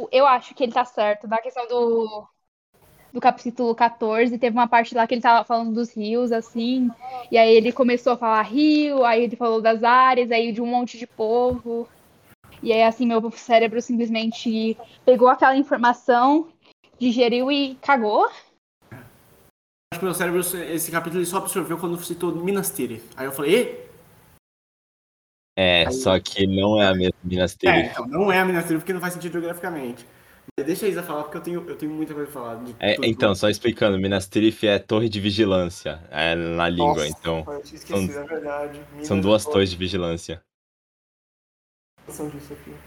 eu acho que ele tá certo. Na questão do capítulo 14, teve uma parte lá que ele tava falando dos rios, assim, e aí ele começou a falar rio, aí ele falou das áreas, aí de um monte de povo, e aí, assim, meu cérebro simplesmente pegou aquela informação, digeriu e cagou. Acho que meu cérebro, esse capítulo, ele só absorveu quando citou Minas Tirith. Aí eu falei, e? Só que não é a mesma Minas Tirith. Então, não é a Minas Tirith porque não faz sentido geograficamente. Mas deixa a Isa falar, porque eu tenho muita coisa pra falar. Então, só explicando, Minas Tirith é torre de vigilância na língua, Nossa, então eu tinha esquecido, é verdade. são duas torres de vigilância. Disso aqui.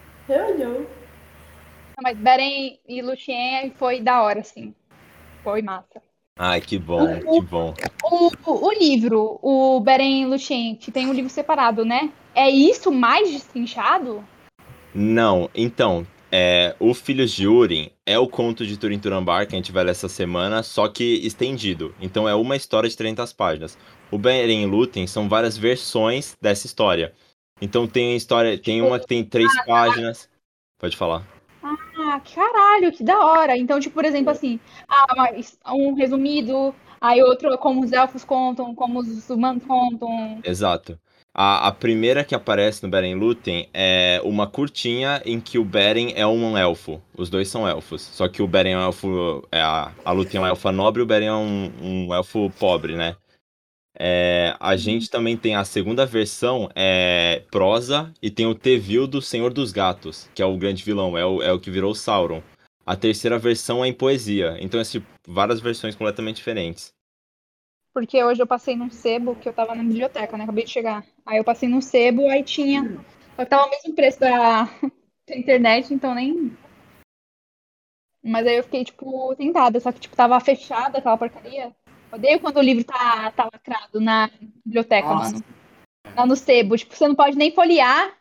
Mas Beren e Lúthien foi da hora, assim. Foi massa. Ai, que bom, que bom. O livro, o Beren e Lúthien, que tem um livro separado, né? É isso mais destrinchado? Não, então, o Filhos de Húrin é o conto de Turin Turambar que a gente vai ler essa semana, só que estendido. Então é uma história de 300 páginas. O Beren e Lúthien são várias versões dessa história. Então tem uma que tem 3 páginas. Pode falar. Ah, caralho, que da hora. Então, tipo, por exemplo, assim, um resumido, aí outro como os elfos contam, como os humanos contam. Exato. A primeira que aparece no Beren e Lúthien é uma curtinha em que o Beren é um elfo. Os dois são elfos. Só que o Beren é um elfo. A Lúthien é uma elfa nobre e o Beren é um elfo pobre, né? A gente também tem a segunda versão, prosa, e tem o Tevil do Senhor dos Gatos, que é o grande vilão, é o que virou o Sauron. A terceira versão é em poesia. Então, várias versões completamente diferentes. Porque hoje eu passei num sebo, que eu tava na biblioteca, né? Acabei de chegar. Aí eu passei num sebo, aí tinha. Só que tava o mesmo preço da internet, então nem. Mas aí eu fiquei, tipo, tentada. Só que, tipo, tava fechada aquela porcaria. Odeio quando o livro tá lacrado na biblioteca, Nossa. mano. Lá no sebo. Tipo, você não pode nem folhear.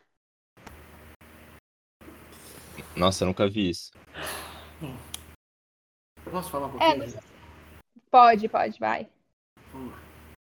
Nossa, eu nunca vi isso. Eu posso falar um pouquinho? Pode, vai. Vamos lá.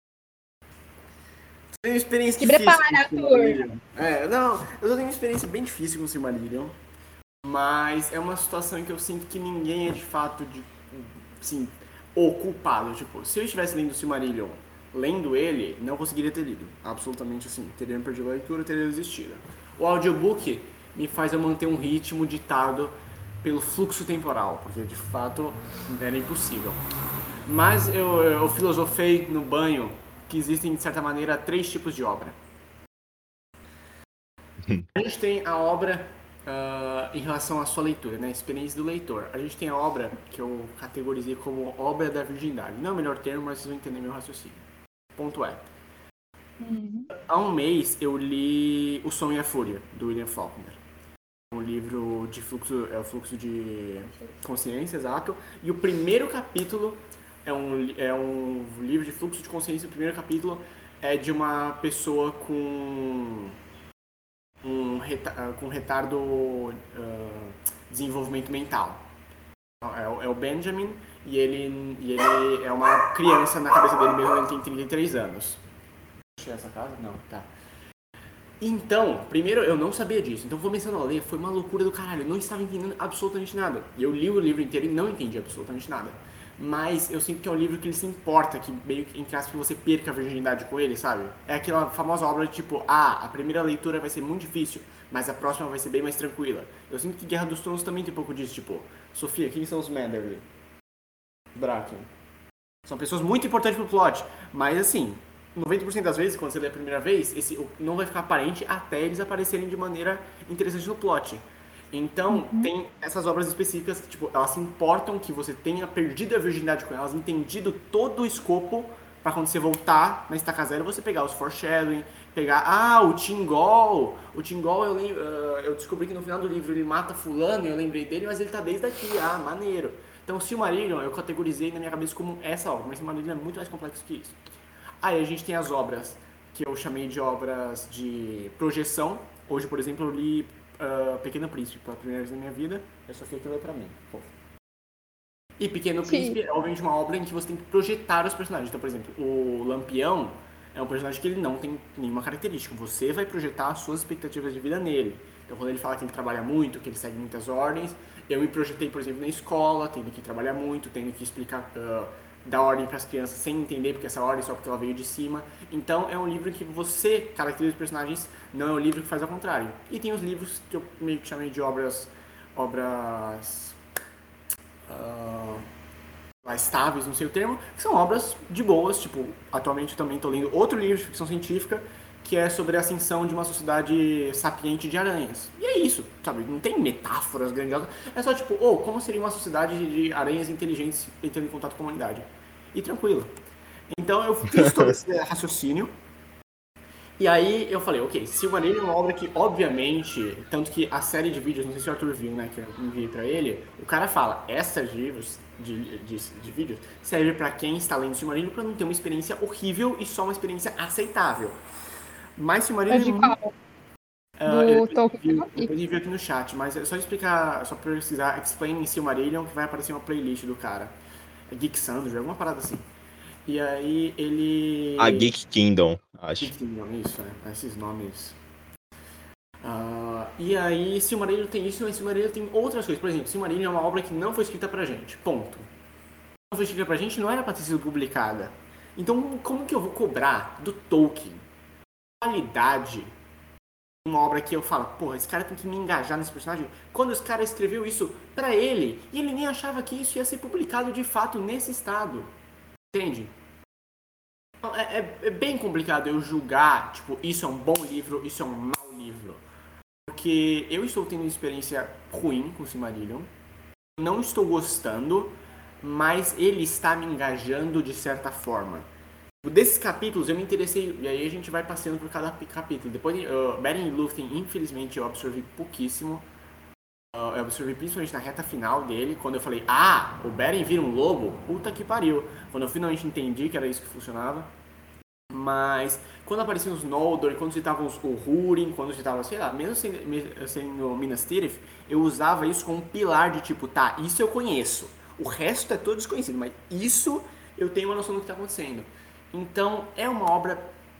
Eu tenho uma experiência Se difícil prepara, com Arthur. Não, eu tenho uma experiência bem difícil com o Silmarillion. Mas é uma situação em que eu sinto que ninguém é de fato assim, o culpado. Tipo, se eu estivesse lendo o Silmarillion, lendo ele, não conseguiria ter lido. Absolutamente assim. Teria perdido a leitura, teria desistido. O audiobook me faz eu manter um ritmo ditado pelo fluxo temporal, porque de fato era impossível. Mas eu filosofei no banho que existem, de certa maneira, 3 tipos de obra. A gente tem a obra em relação à sua leitura, né? Experiência do leitor. A gente tem a obra que eu categorizei como obra da virgindade. Não é o melhor termo, mas vocês vão entender meu raciocínio. Ponto é. Há um mês eu li O Som e a Fúria, do William Faulkner. Um livro de fluxo, é o fluxo de consciência, exato. E o primeiro capítulo é um livro de fluxo de consciência. O primeiro capítulo é de uma pessoa com retardo desenvolvimento mental. É o Benjamin e ele é uma criança na cabeça dele mesmo, ele tem 33 anos. Achei essa casa? Não, tá. Então, primeiro, eu não sabia disso. Então, começando a ler, foi uma loucura do caralho. Eu não estava entendendo absolutamente nada. E eu li o livro inteiro e não entendi absolutamente nada. Mas eu sinto que é um livro que ele se importa, que meio que, entre aspas, que você perca a virgindade com ele, sabe? É aquela famosa obra de tipo, a primeira leitura vai ser muito difícil, mas a próxima vai ser bem mais tranquila. Eu sinto que Guerra dos Tronos também tem um pouco disso, tipo, Sofia, quem são os Manderly? Bracken. São pessoas muito importantes pro plot, mas assim, 90% das vezes, quando você lê a primeira vez, não vai ficar aparente até eles aparecerem de maneira interessante no plot. Então, tem essas obras específicas que, tipo, elas se importam que você tenha perdido a virgindade com elas, entendido todo o escopo pra quando você voltar na estaca zero, você pegar os foreshadowing, pegar, o Tingol. O Tingol, eu descobri que no final do livro ele mata fulano, eu lembrei dele, mas ele tá desde aqui, maneiro. Então, o Silmarillion eu categorizei na minha cabeça como essa obra, mas o Silmarillion é muito mais complexo que isso. Aí a gente tem as obras que eu chamei de obras de projeção. Hoje, por exemplo, eu li Pequeno Príncipe pela primeira vez na minha vida. Eu só fiquei aquilo pra mim. Pô. E Pequeno Príncipe é obviamente uma obra em que você tem que projetar os personagens. Então, por exemplo, o Lampião é um personagem que ele não tem nenhuma característica. Você vai projetar as suas expectativas de vida nele. Então, quando ele fala que ele trabalha muito, que ele segue muitas ordens, eu me projetei, por exemplo, na escola, tendo que trabalhar muito, tendo que explicar, dar ordem para as crianças sem entender porque essa ordem só porque ela veio de cima. Então é um livro que você caracteriza os personagens, não é um livro que faz ao contrário. E tem os livros que eu meio que chamei de obras estáveis, não sei o termo, que são obras de boas, tipo, atualmente eu também estou lendo outro livro de ficção científica, que é sobre a ascensão de uma sociedade sapiente de aranhas. E é isso, sabe? Não tem metáforas grandiosas. É só tipo, como seria uma sociedade de aranhas inteligentes entrando em contato com a humanidade? E tranquilo. Então eu fiz todo esse raciocínio. E aí eu falei, ok, Silmarillion é uma obra que, obviamente, tanto que a série de vídeos, não sei se o Arthur viu, né, que eu enviei pra ele, o cara fala, essas livros de vídeos serve pra quem está lendo Silmarillion pra não ter uma experiência horrível e só uma experiência aceitável. Mas Silmarillion de qual? do Tolkien. Depois envio aqui no chat, mas é só explicar, só pra precisar, explain em Silmarillion, que vai aparecer uma playlist do cara. É Geek Sandro, alguma parada assim. E aí ele... A Geek Kingdom, acho. Geek Kingdom, isso, esses nomes. E aí Silmarillion tem isso, mas Silmarillion tem outras coisas. Por exemplo, Silmarillion é uma obra que não foi escrita pra gente, ponto. Não foi escrita pra gente, não era pra ter sido publicada. Então, como que eu vou cobrar do Tolkien qualidade uma obra que eu falo, porra, esse cara tem que me engajar nesse personagem, quando esse cara escreveu isso pra ele, e ele nem achava que isso ia ser publicado de fato nesse estado. Entende? É bem complicado eu julgar, tipo, isso é um bom livro, isso é um mau livro. Porque eu estou tendo uma experiência ruim com o Silmarillion, não estou gostando, mas ele está me engajando de certa forma. Desses capítulos eu me interessei, e aí a gente vai passeando por cada capítulo. Depois, Beren e Lúthien, infelizmente, eu absorvi pouquíssimo. Eu absorvi principalmente na reta final dele, quando eu falei, o Beren vira um lobo? Puta que pariu. Quando eu finalmente entendi que era isso que funcionava. Mas quando apareciam os Noldor, quando citavam o Húrin, quando citavam, sei lá, mesmo sendo Minas Tirith, eu usava isso como um pilar de tipo, tá, isso eu conheço. O resto é todo desconhecido, mas isso eu tenho uma noção do que está acontecendo. Então, é uma obra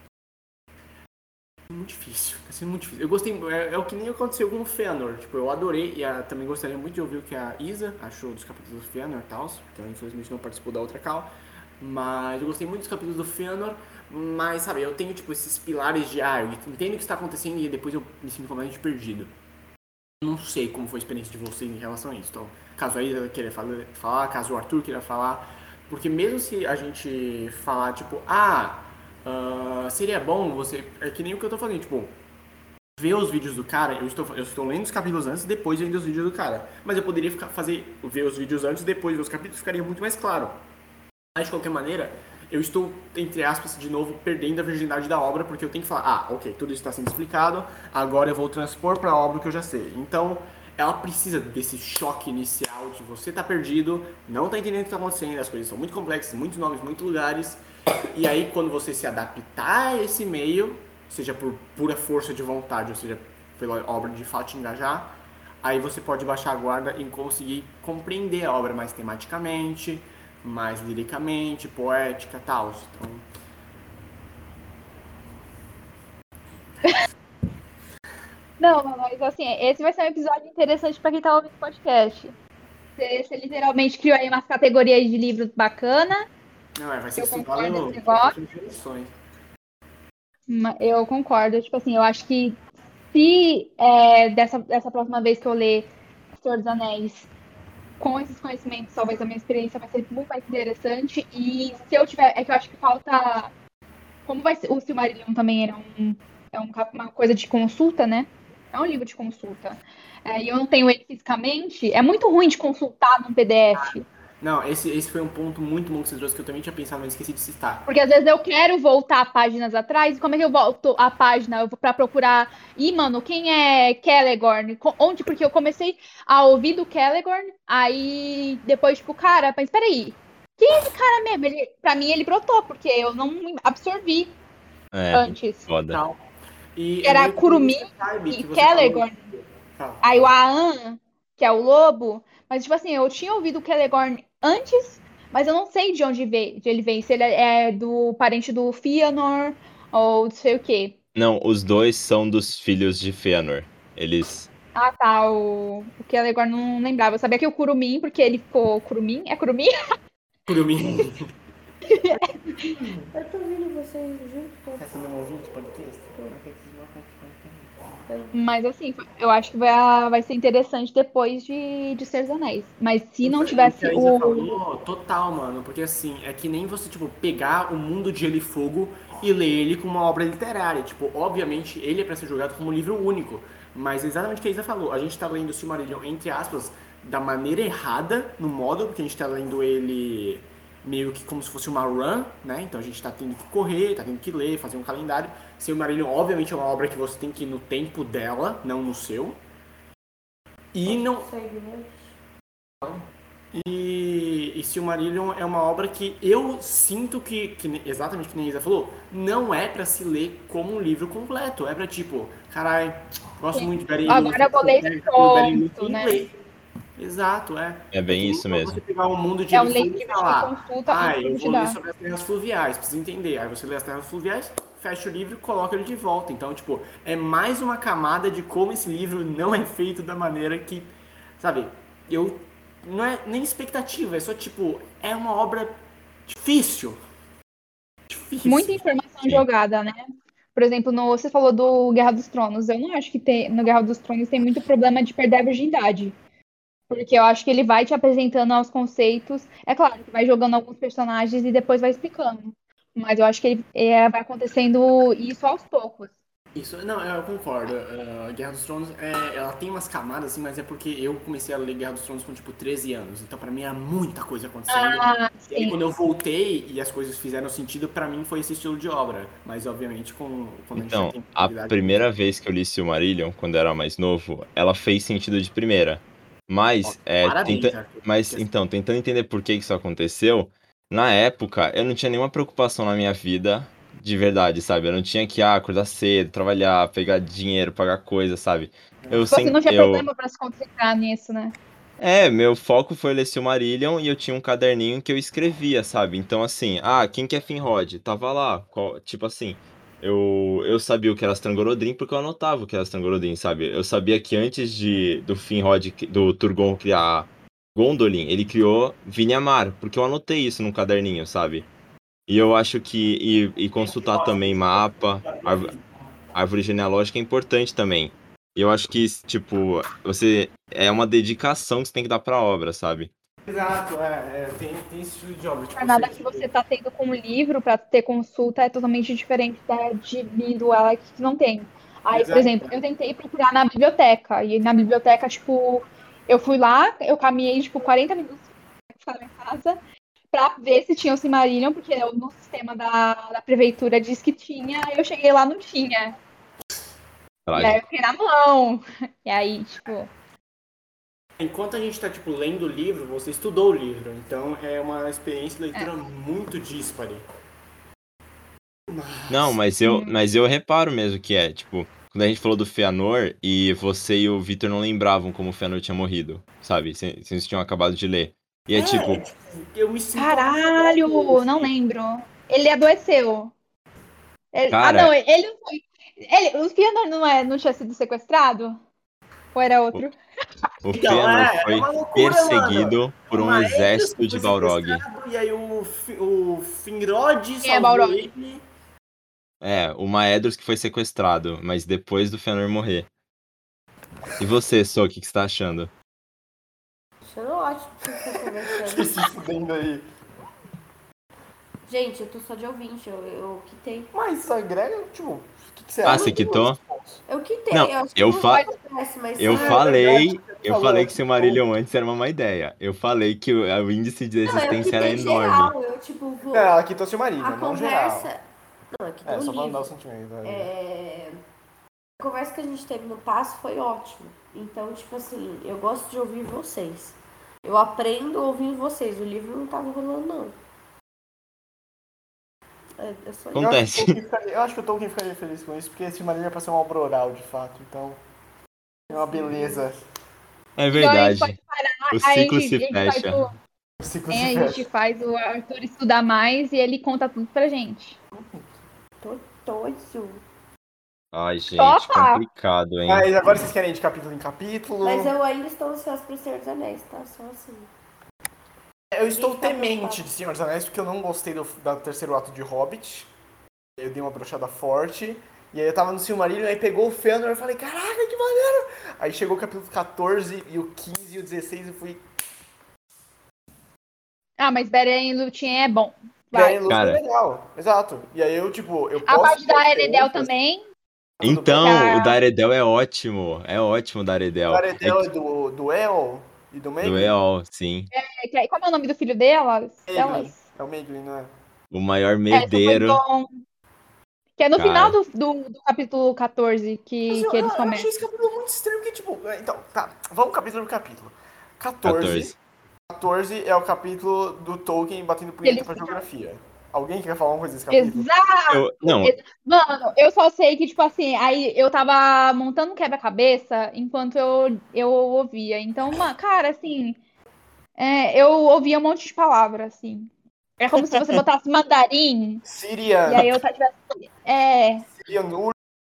muito difícil, tá sendo muito difícil. Eu gostei, é o que nem aconteceu com o Fëanor, tipo, eu adorei e também gostaria muito de ouvir o que a Isa achou dos capítulos do Fëanor e tal, porque ela infelizmente não participou da outra call, mas eu gostei muito dos capítulos do Fëanor, mas, sabe, eu tenho, tipo, esses pilares de, eu entendo o que está acontecendo e depois eu me sinto completamente perdido. Não sei como foi a experiência de vocês em relação a isso, então, caso a Isa queira falar, caso o Arthur queira falar, porque mesmo se a gente falar, tipo, seria bom você... É que nem o que eu tô fazendo, tipo, ver os vídeos do cara, eu estou lendo os capítulos antes e depois vendo os vídeos do cara. Mas eu poderia ver os vídeos antes e depois ver os capítulos, ficaria muito mais claro. Mas, de qualquer maneira, eu estou, entre aspas, de novo, perdendo a virgindade da obra, porque eu tenho que falar, ok, tudo isso está sendo explicado, agora eu vou transpor para a obra que eu já sei. Então... ela precisa desse choque inicial de você tá perdido, não tá entendendo o que tá acontecendo, as coisas são muito complexas, muitos nomes, muitos lugares, e aí quando você se adaptar a esse meio, seja por pura força de vontade, ou seja, pela obra de fato te engajar, aí você pode baixar a guarda e conseguir compreender a obra mais tematicamente, mais liricamente, poética e tal. Então... Não, mas assim, esse vai ser um episódio interessante para quem tá ouvindo o podcast. Você literalmente criou aí umas categorias de livros bacana. Não, vai ser Eu concordo estudado com esse gerações. Eu concordo. Tipo assim, eu acho que se dessa próxima vez que eu ler Senhor dos Anéis com esses conhecimentos, talvez a minha experiência vai ser muito mais interessante. E se eu tiver. É que eu acho que falta. Como vai ser. O Silmarillion também era uma coisa de consulta, né? É um livro de consulta. E eu não tenho ele fisicamente. É muito ruim de consultar num PDF. Não, esse foi um ponto muito bom que você trouxe que eu também tinha pensado, mas esqueci de citar. Porque às vezes eu quero voltar páginas atrás, e como é que eu volto a página? Eu vou pra procurar. Mano, quem é Celegorn? Onde? Porque eu comecei a ouvir do Celegorn, aí depois, tipo, cara, mas peraí. Quem é esse cara mesmo? Pra mim ele brotou, porque eu não absorvi antes. Foda. Não. E era Curumim e Celegorn. Aí o Aan, que é o lobo. Mas, tipo assim, eu tinha ouvido o Celegorn antes, mas eu não sei de onde ele vem. Se ele é do parente do Fëanor ou não sei o quê. Não, os dois são dos filhos de Fëanor. Eles Ah, tá. O que ela agora não lembrava. Eu sabia que o Curumim, porque ele ficou. Curumim? É Curumim? Kurumi. Eu tô ouvindo vocês junto. Essa não é ouvinte podcast? Mas assim, eu acho que vai ser interessante depois de Senhor dos Anéis. Mas se não O que tivesse a Isa o. falou, total, mano. Porque assim, é que nem você, tipo, pegar o mundo de Gelo e Fogo e ler ele como uma obra literária. Tipo, obviamente, ele é pra ser julgado como um livro único. Mas é exatamente o que a Isa falou. A gente tá lendo o Silmarillion, entre aspas, da maneira errada, no modo, porque a gente tá lendo ele meio que como se fosse uma run, né? Então a gente tá tendo que correr, tá tendo que ler, fazer um calendário. Silmarillion, obviamente, é uma obra que você tem que ir no tempo dela, não no seu. E não, Segue, né? e Silmarillion é uma obra que eu sinto exatamente que nem a Isa falou, não é pra se ler como um livro completo. É pra tipo, carai, gosto muito de Beren e Agora eu vou ler esse conto, né? ler. Exato, é. É bem que nem isso pra mesmo. Você pegar um mundo de É um Gelo e livro Fogo e de falar, consulta antes eu de vou ler dar. sobre as terras fluviais, precisa entender. Aí você lê as terras fluviais, fecha o livro e coloca ele de volta. Então, tipo, é mais uma camada de como esse livro não é feito da maneira que, sabe, eu não é nem expectativa, é só tipo, é uma obra difícil. Muita Difícil. informação Sim. jogada, né? Por exemplo, você falou do Guerra dos Tronos. Eu não acho que no Guerra dos Tronos tem muito problema de perder a virgindade. Porque eu acho que ele vai te apresentando aos conceitos. É claro que vai jogando alguns personagens e depois vai explicando. Mas eu acho que vai acontecendo isso aos poucos. Isso, não, eu concordo. Guerra dos Tronos, ela tem umas camadas, assim, mas é porque eu comecei a ler Guerra dos Tronos com, tipo, 13 anos. Então, pra mim, era muita coisa acontecendo. Ah, E aí, sim. quando eu voltei e as coisas fizeram sentido, pra mim foi esse estilo de obra. Mas, obviamente, quando a gente já Então, tem a possibilidade... primeira vez que eu li Silmarillion, quando eu era mais novo, ela fez sentido de primeira. Ó, Mas, parabéns, Arthur. Porque, então, tentando entender por que isso aconteceu, na época, eu não tinha nenhuma preocupação na minha vida de verdade, sabe? Eu não tinha que, acordar cedo, trabalhar, pegar dinheiro, pagar coisa, sabe? Eu Tipo assim, sempre, não tinha problema pra se concentrar nisso, né? meu foco foi ler Silmarillion e eu tinha um caderninho que eu escrevia, sabe? Então, assim, quem que é Finrod? Tava lá, tipo assim, eu sabia o que era Strangorodrim porque eu anotava o que era Strangorodrim, sabe? Eu sabia que antes do Finrod, do Turgon criar Gondolin, ele criou Vinyamar, porque eu anotei isso num caderninho, sabe? E eu acho que, e consultar também mapa, árvore genealógica é importante também. E eu acho que, tipo, é uma dedicação que você tem que dar pra obra, sabe? exato, tem esse estilo de obra. A Tipo, jornada que você tá tendo com o livro pra ter consulta é totalmente diferente da de mim do Alex, que não tem. Aí, por exato. exemplo, eu tentei procurar na biblioteca, e na biblioteca, tipo, eu fui lá, eu caminhei, tipo, 40 minutos da minha casa pra ver se tinha o Silmarillion, porque no sistema da prefeitura diz que tinha, aí eu cheguei lá, não tinha. E aí eu Trágico. fiquei na mão. E aí, tipo, Enquanto a gente está tipo, lendo o livro, você estudou o livro. Então, é uma experiência de é, leitura muito díspare. Não, mas eu reparo mesmo que tipo, quando a gente falou do Fëanor e você e o Victor não lembravam como o Fëanor tinha morrido, sabe? Vocês tinham acabado de ler. E é tipo, Tipo, eu me sinto caralho, não lembro. Ele adoeceu. cara, Não, ele não foi. O Fiona não tinha sido sequestrado? Ou era o, outro? o Então, Fëanor é foi uma loucura, mano. perseguido É por um uma Edras que exército foi de Balrog. sequestrado, e aí o Finrod Quem é salvou Balrog? ele. O Maedhros que foi sequestrado, mas depois do Fëanor morrer. E você, Sô, o que você tá achando? Achando ótimo que vocês estão conversando. Se fudendo aí. Gente, eu tô só de ouvinte, eu quitei. Mas isso agrega, tipo, o que você Ah, acha? você quitou? Eu quitei, Não, eu acho que eu, não fa pode acontece, mas eu sim. falei, eu Falou. falei que Silmarillion antes era uma má ideia. Eu falei que o índice de Não, eu resistência era quitei enorme. geral, eu tipo vou. Não, aqui trouxe o marido, A não geral. conversa. Não, aqui tá É, no só pra não dar o livro. sentimento. A conversa que a gente teve no passo foi ótima. Então, tipo assim, eu gosto de ouvir vocês. Eu aprendo ouvindo vocês. O livro não tava rolando, não. É só isso. Acontece. Eu acho que o Tolkien ficaria feliz com isso, porque esse marido é pra ser uma obra oral, de fato. Então, é uma beleza. É Então a gente pode verdade. parar, O aí ciclo se a gente faz fecha. O ciclo a se gente fecha. faz o Arthur estudar mais e ele conta tudo pra gente. Tô doido. Ai, gente, Topa! complicado, hein? Mas agora vocês querem ir de capítulo em capítulo? Mas eu ainda estou ansiosa pro Senhor dos Anéis, tá? Só assim. Eu estou Ninguém tá temente preocupado. de Senhor dos Anéis porque eu não gostei do terceiro ato de Hobbit. Eu dei uma brochada forte. E aí eu tava no Silmarillion, aí pegou o Fëanor e eu falei, caraca, que maneiro! Aí chegou o capítulo 14 e o 15 e o 16 e fui... Ah, mas Beren e Lúthien é bom. Beren Vai. Lúthien é Cara, legal, exato. E aí eu, tipo, eu A posso parte ter da Eredel diferenças, também. tá tudo bem. Que então, o a... Daredel é ótimo. É ótimo o O Daredel. É Aredel é do El e do do Meglin? EOL, sim. Como é o nome do filho delas? Meglin. Delas? É o Meglin, não é? O maior É, isso foi merdeiro. bom. Que é no final Cara, do capítulo 14 Mas que eles eu achei esse começam. capítulo muito estranho, porque, tipo... Então, tá, vamos capítulo por capítulo. 14 14. 14 é o capítulo do Tolkien batendo Que punheta eles... pra geografia. Alguém quer falar uma coisa desse capítulo? Não, Mano, eu só sei que, tipo assim, aí eu tava montando um quebra-cabeça enquanto eu ouvia. Então, cara, assim, eu ouvia um monte de palavras, assim. É como se você botasse mandarim e Sirian. aí eu tivesse. É. Sirian Ur.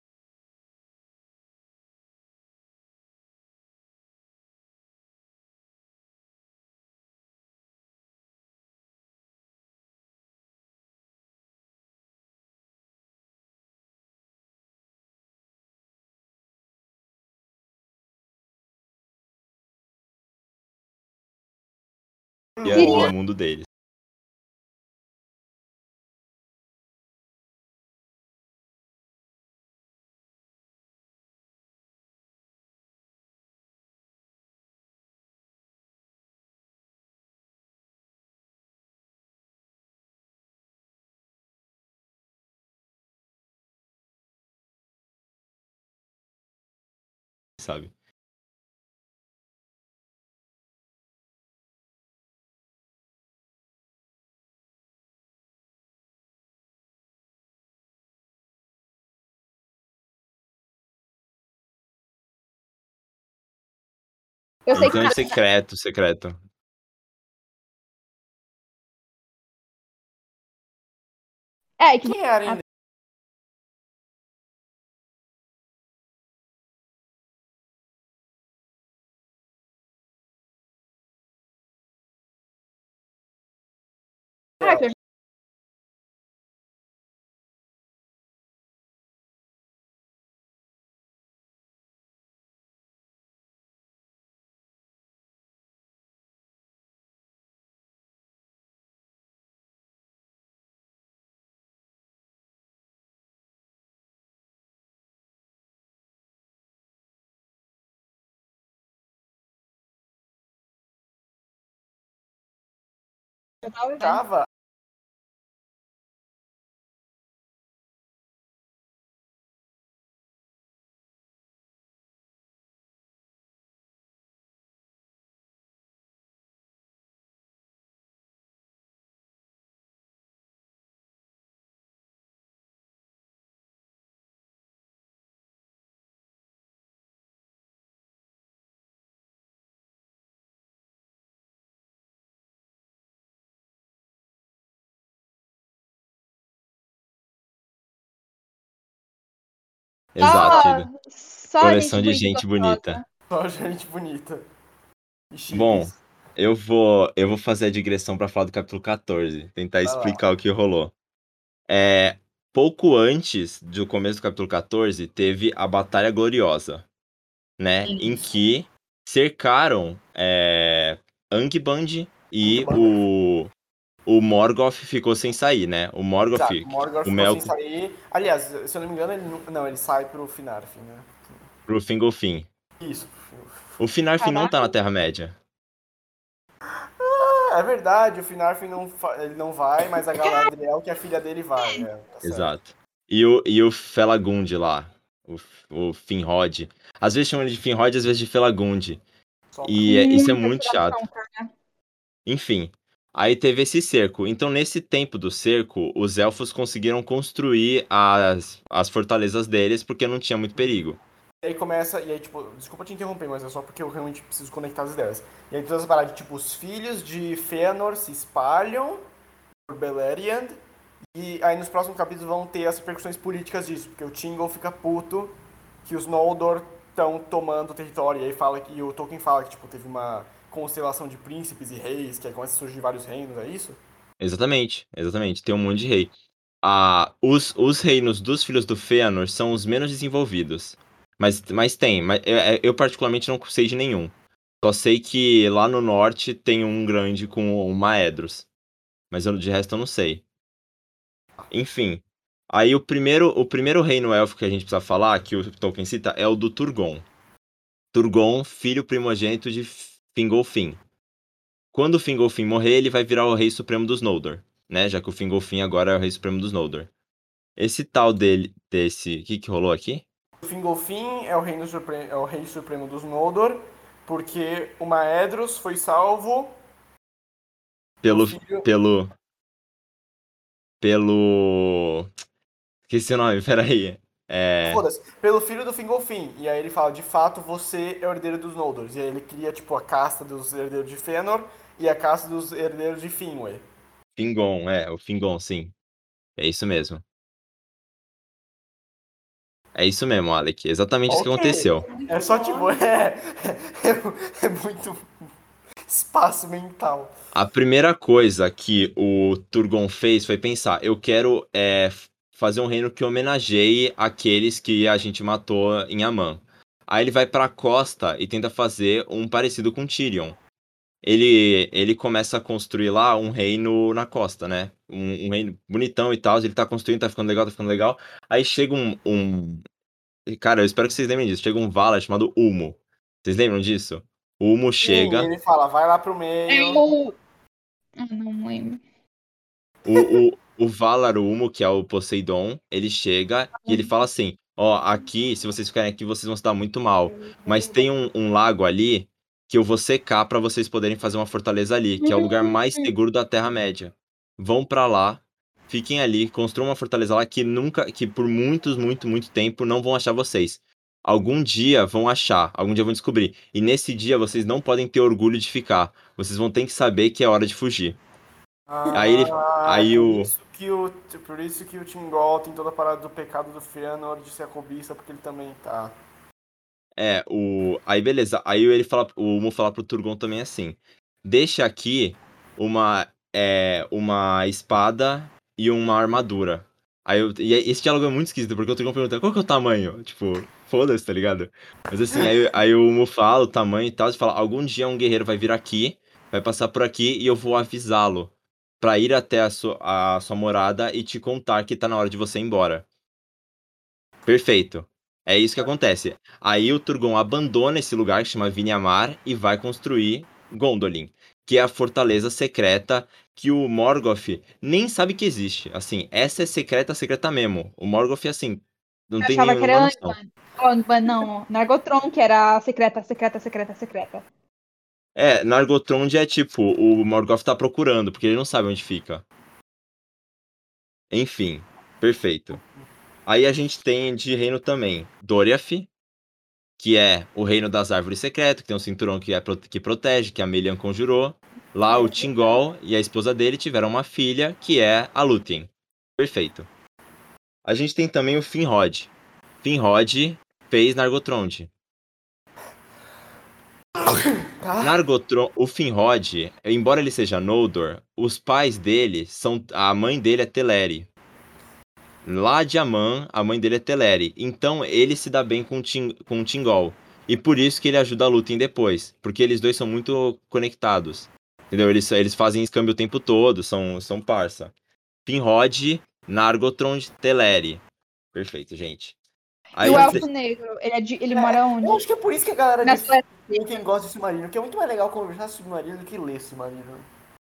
no mundo deles. Sabe? Eu sei que. Então é secreto, secreto. É, que. Quem é a Arenda? Ah, que eu já tava vendo. Java. Exato. Só gente Coleção de bonita e gente bonita. gostosa. Só gente bonita. E Bom, chiques. eu vou fazer a digressão pra falar do capítulo 14, tentar Vai lá. explicar o que rolou. Pouco antes do começo do capítulo 14, teve a Batalha Gloriosa, né? Em que cercaram Angband e o Morgoth ficou sem sair, né? O Morgoth, Exato. O Morgoth o ficou sem Melkor, sair. Aliás, se eu não me engano, não, ele sai pro Finarfin, né? pro Fingolfin. Isso. O Finarfin não tá Caraca. na Terra-média. É verdade, o Finarfin ele não vai, mas a Galadriel, que é a filha dele, vai. É, tá certo. Exato. E o Felagund lá, o Finrod. Às vezes chamam ele de Finrod, às vezes de Felagund. Só pra... E isso é Muita muito chato. tiração, cara. Enfim, aí teve esse cerco. Então, nesse tempo do cerco, os elfos conseguiram construir as fortalezas deles porque não tinha muito perigo. E aí começa, e aí tipo, desculpa te interromper, mas é só porque eu realmente preciso conectar as ideias. E aí todas as paradas, tipo, os filhos de Fëanor se espalham por Beleriand, E aí nos próximos capítulos vão ter as repercussões políticas disso, porque o Tingle fica puto que os Noldor estão tomando o território, e aí fala que, e o Tolkien fala que tipo, teve uma constelação de príncipes e reis, que aí começa a surgir vários reinos, é isso? Exatamente, exatamente. Tem um monte de rei. Os reinos dos filhos do Fëanor são os menos desenvolvidos. Mas tem. Mas eu particularmente não sei de nenhum. Só sei que lá no norte tem um grande com o Maedhros. Mas de resto eu não sei. Enfim. Aí o primeiro reino élfico que a gente precisa falar, que o Tolkien cita, é o do Turgon. Turgon, filho primogênito de Fingolfin. Quando o Fingolfin morrer, ele vai virar o rei supremo dos Noldor, né? Já que o Fingolfin agora é o rei supremo dos Noldor. Esse tal desse... O que rolou aqui? O Fingolfin é é o rei supremo dos Noldor, porque o Maedhros foi salvo pelo Pelo... filho... Pelo... Pelo... Esqueci o nome, peraí. Foda-se, pelo filho do Fingolfin. E aí ele fala, de fato, você é o herdeiro dos Noldor. E aí ele cria, tipo, a casta dos herdeiros de Fëanor e a casta dos herdeiros de Finwë. Fingon, o Fingon, sim. É isso mesmo. É isso mesmo, Alec. Exatamente isso que Ok. aconteceu. É só, tipo, é muito espaço mental. A primeira coisa que o Turgon fez foi pensar, eu quero fazer um reino que homenageie aqueles que a gente matou em Aman. Aí ele vai pra costa e tenta fazer um parecido com Tyrion. Ele começa a construir lá um reino na costa, né? Um reino bonitão e tal, ele tá construindo, tá ficando legal, tá ficando legal. Aí chega Cara, eu espero que vocês lembrem disso. Chega um Valar chamado Ulmo. Vocês lembram disso? O Ulmo Sim, chega... ele fala, vai lá pro É meio. o. Ah, não lembro. O Valar Humo, que é o Poseidon, ele chega e ele fala assim: ó, aqui, se vocês ficarem aqui, vocês vão se dar muito mal. Mas tem um lago ali que eu vou secar pra vocês poderem fazer uma fortaleza ali, que é o lugar mais seguro da Terra-média. Vão pra lá, fiquem ali, construam uma fortaleza lá que por muito tempo não vão achar vocês. Algum dia vão achar, algum dia vão descobrir. E nesse dia vocês não podem ter orgulho de ficar. Vocês vão ter que saber que é hora de fugir. Aí ele, Ah, aí o por isso que o Thingol tem toda a parada do pecado do Fëanor de ser a cobiça, porque ele também tá. Aí beleza, aí ele fala, o Mu fala pro Turgon também assim, deixa aqui uma espada e uma armadura. Esse diálogo é muito esquisito, porque o Turgon pergunta, qual que é o tamanho? Tipo, foda-se, tá ligado? Mas assim, aí o Mu fala o tamanho e tal, e fala, algum dia um guerreiro vai vir aqui, vai passar por aqui e eu vou avisá-lo pra ir até a sua morada e te contar que tá na hora de você ir embora. Perfeito. É isso que acontece. Aí o Turgon abandona esse lugar que chama Vinyamar e vai construir Gondolin, que é a fortaleza secreta que o Morgoth nem sabe que existe. Assim, essa é secreta mesmo. O Morgoth, assim, não Eu tem achava que nenhuma era noção. Angband, não. Nargothrond, que era secreta, secreta, secreta, secreta. Nargothrond é tipo, o Morgoth tá procurando, porque ele não sabe onde fica. Enfim, perfeito. Aí a gente tem de reino também Doriath, que é o reino das árvores secretas, que tem um cinturão que protege, que a Melian conjurou. Lá o Thingol e a esposa dele tiveram uma filha, que é a Lúthien. Perfeito. A gente tem também o Finrod. Finrod fez Nargothrond. O Finrod, embora ele seja Noldor, os pais dele a mãe dele é Teleri. Lá de Aman, a mãe dele é Teleri. Então ele se dá bem com o Thingol. E por isso que ele ajuda a Lúthien depois. Porque eles dois são muito conectados. Entendeu? Eles fazem escâmbio o tempo todo, são parça. Finrod, Nargothrond, Teleri. Perfeito, gente. E Aí o já Elfo Negro, ele mora onde? Eu acho que é por isso que a galera Na diz Suécia. quem gosta de Submarino, que é muito mais legal conversar sobre Submarino do que ler Submarino.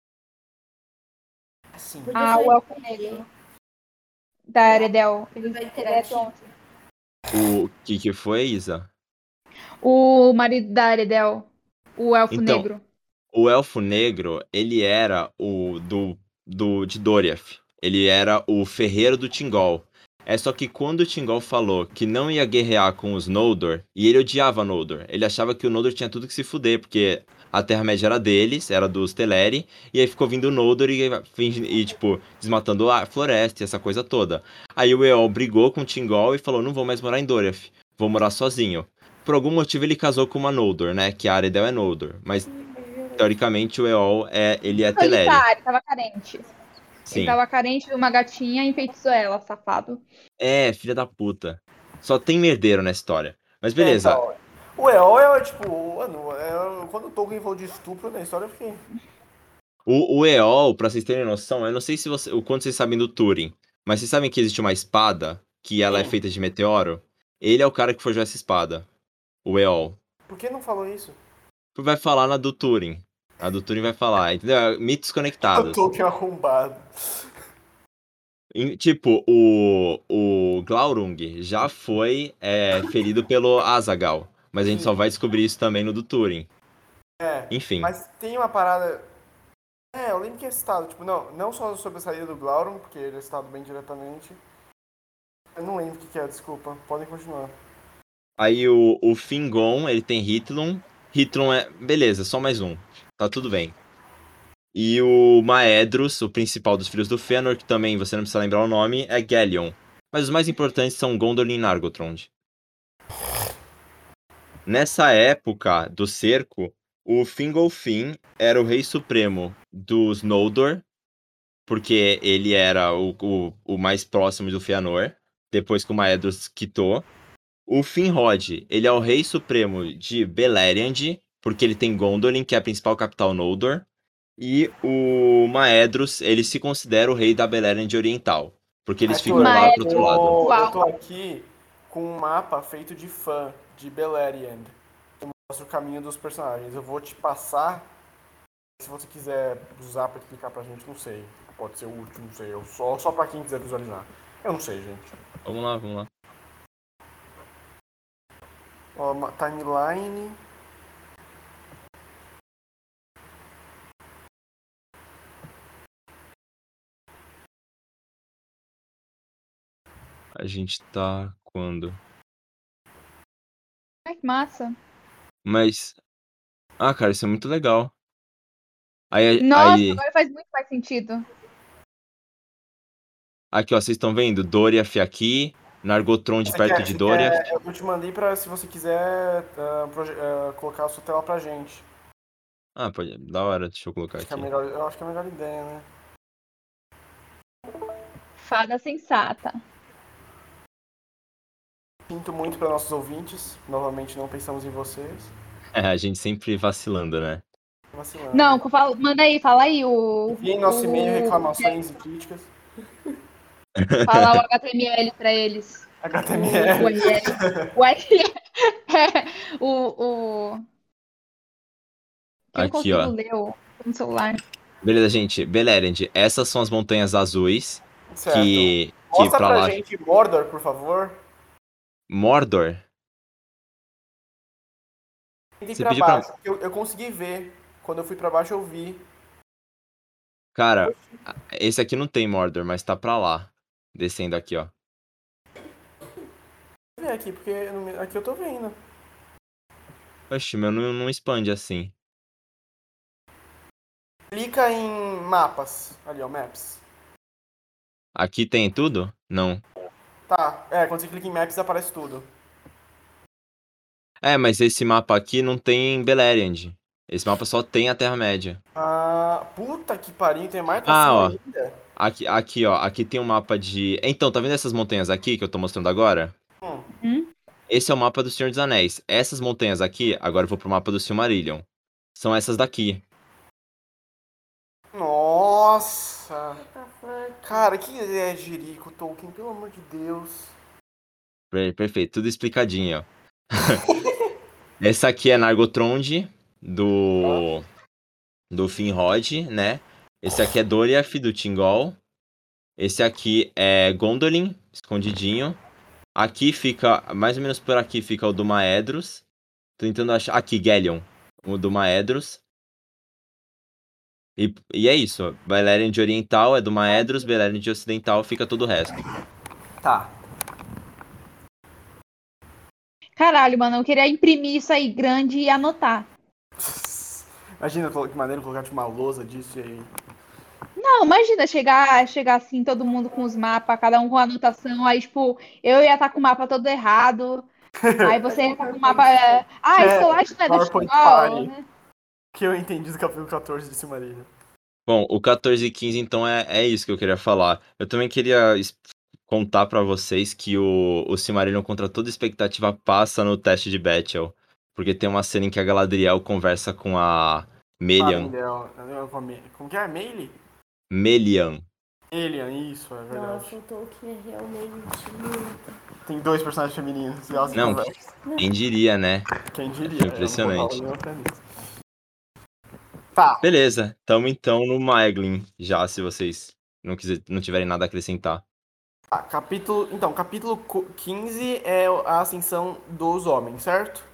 Assim. Ah, o Elfo Negro. Da Eredel. Da Ele é Interactive. tonto. O que foi, Isa? O marido da Eredel. O Elfo Então, Negro. o Elfo Negro, ele era de Doriath. Ele era o ferreiro do Thingol. É só que quando o Thingol falou que não ia guerrear com os Noldor, e ele odiava Noldor, ele achava que o Noldor tinha tudo que se fuder, porque a Terra-média era deles, era dos Teleri, e aí ficou vindo o Noldor e, tipo, desmatando a floresta e essa coisa toda. Aí o Eol brigou com o Thingol e falou, não vou mais morar em Doriath, vou morar sozinho. Por algum motivo ele casou com uma Noldor, né, que a Arendelle é Noldor, mas teoricamente o Eol ele é Teleri. Ele tava carente. Ele Sim. tava carente de uma gatinha e enfeitiçou ela, safado. É, filha da puta. Só tem merdeiro nessa história. Mas beleza. Então, o Eol é tipo, mano, quando o Tolkien falou de estupro na história, eu fiquei. O Eol, pra vocês terem noção, eu não sei se o quanto vocês sabem do Túrin, mas vocês sabem que existe uma espada que ela é Sim. feita de meteoro? Ele é o cara que forjou essa espada. O Eol. Por que não falou isso? Vai falar na do Túrin. A do Túrin vai falar, entendeu? Mitos O conectados. Tolkien arrombado. Tipo, o Glaurung já foi ferido pelo Azaghal. Mas a gente Sim. só vai descobrir isso também no do Túrin. É. Enfim. Mas tem uma parada. Eu lembro que é citado, tipo, não só sobre a saída do Glaurung, porque ele é citado bem diretamente. Eu não lembro o que é, desculpa. Podem continuar. Aí o Fingon, ele tem Hithlum. Hithlum é... Beleza, só mais um. Tá tudo bem. E o Maedhros, o principal dos filhos do Fëanor, que também você não precisa lembrar o nome, é Gelion. Mas os mais importantes são Gondolin e Nargothrond. Nessa época do cerco, o Fingolfin era o rei supremo dos Noldor, porque ele era o mais próximo do Fëanor, depois que o Maedhros quitou. O Finrod, ele é o rei supremo de Beleriand, porque ele tem Gondolin, que é a principal capital Noldor. E o Maedhros, ele se considera o rei da Beleriand Oriental, porque eles ficam lá pro outro lado. Eu tô aqui com um mapa feito de fã de Beleriand, que mostra o caminho dos personagens. Eu vou te passar, se você quiser usar pra explicar pra gente, não sei. Pode ser útil, não sei. Só pra quem quiser visualizar. Eu não sei, gente. Vamos lá, vamos lá. Ó, timeline. A gente tá quando? Ai, que massa. Mas... Ah, cara, isso é muito legal. Aí, Nossa, agora faz muito mais sentido. aqui, ó, vocês estão vendo? Doriath aqui, Nargothrond perto de Doriath. Eu te mandei pra, se você quiser, colocar a sua tela pra gente. Ah, pode, da hora, deixa eu colocar aqui. Eu acho que é a melhor ideia, né? Fada sensata. Sinto muito para nossos ouvintes. Novamente não pensamos em vocês. A gente sempre vacilando, né? Vacilando. Não, manda aí, fala aí o. Enviem nosso e-mail, reclamações e críticas. Fala o HTML pra eles. HTML. O que eu não Aqui, consigo ó. ler no celular. Beleza, gente. Beleriand, essas são as montanhas azuis. Certo. Que Mostra pra pra lá... gente Mordor, por favor. Mordor? Indo Você pra pediu baixo. Eu consegui ver. Quando eu fui pra baixo, eu vi. Cara, esse aqui não tem Mordor, mas tá pra lá. Descendo aqui, ó. Vou ver aqui, porque aqui eu tô vendo. Oxe, meu não expande assim. Clica em mapas. Ali, ó, maps. Aqui tem tudo? Não. Tá, quando você clica em maps aparece tudo. Mas esse mapa aqui não tem Beleriand. Esse mapa só tem a Terra-média. Ah, puta que pariu, tem mais pra cima Ó. ainda. Aqui, ó. Aqui tem um mapa de... Então, tá vendo essas montanhas aqui que eu tô mostrando agora? Esse é o mapa do Senhor dos Anéis. Essas montanhas aqui, agora eu vou pro mapa do Silmarillion. São essas daqui. Nossa! Cara, que ideia de Jerico, Tolkien, pelo amor de Deus. Perfeito, tudo explicadinho, ó. Essa aqui é Nargothrond, do Finrod, né? Esse aqui é Doriath, do Thingol. Esse aqui é Gondolin, escondidinho. Aqui fica, mais ou menos por aqui fica o do Maedhros. Tô tentando achar... Aqui, Gelion, o do Maedhros. E é isso, Beleriand de Oriental é do Maedhros, Beleriand de Ocidental fica todo o resto. Tá. Caralho, mano, eu queria imprimir isso aí grande e anotar. Imagina que maneiro colocar tipo, uma lousa disso e aí. Não, imagina chegar assim, todo mundo com os mapas, cada um com a anotação, aí, tipo, eu ia estar com o mapa todo errado, aí você ia estar com o mapa. Escolate não é do PowerPoint Chihuahua, Party. né? Que eu entendi do capítulo 14 de Silmarillion. Bom, o 14 e 15, então, é isso que eu queria falar. Eu também queria contar pra vocês que o Silmarillion, contra toda expectativa, passa no teste de Battle. Porque tem uma cena em que a Galadriel conversa com a Melian. Arendelle. Como que é? Melee? Melian. Alien, isso, é verdade. Nossa, o Tolkien é realmente muito. Tem 2 personagens femininos e elas se Não, conversam. quem diria, né? Quem diria? Achei Eu não vou impressionante. falar outra nisso. Tá. Beleza, tamo então no Maeglin, já, se vocês não tiverem nada a acrescentar. Capítulo 15 é a ascensão dos homens, certo?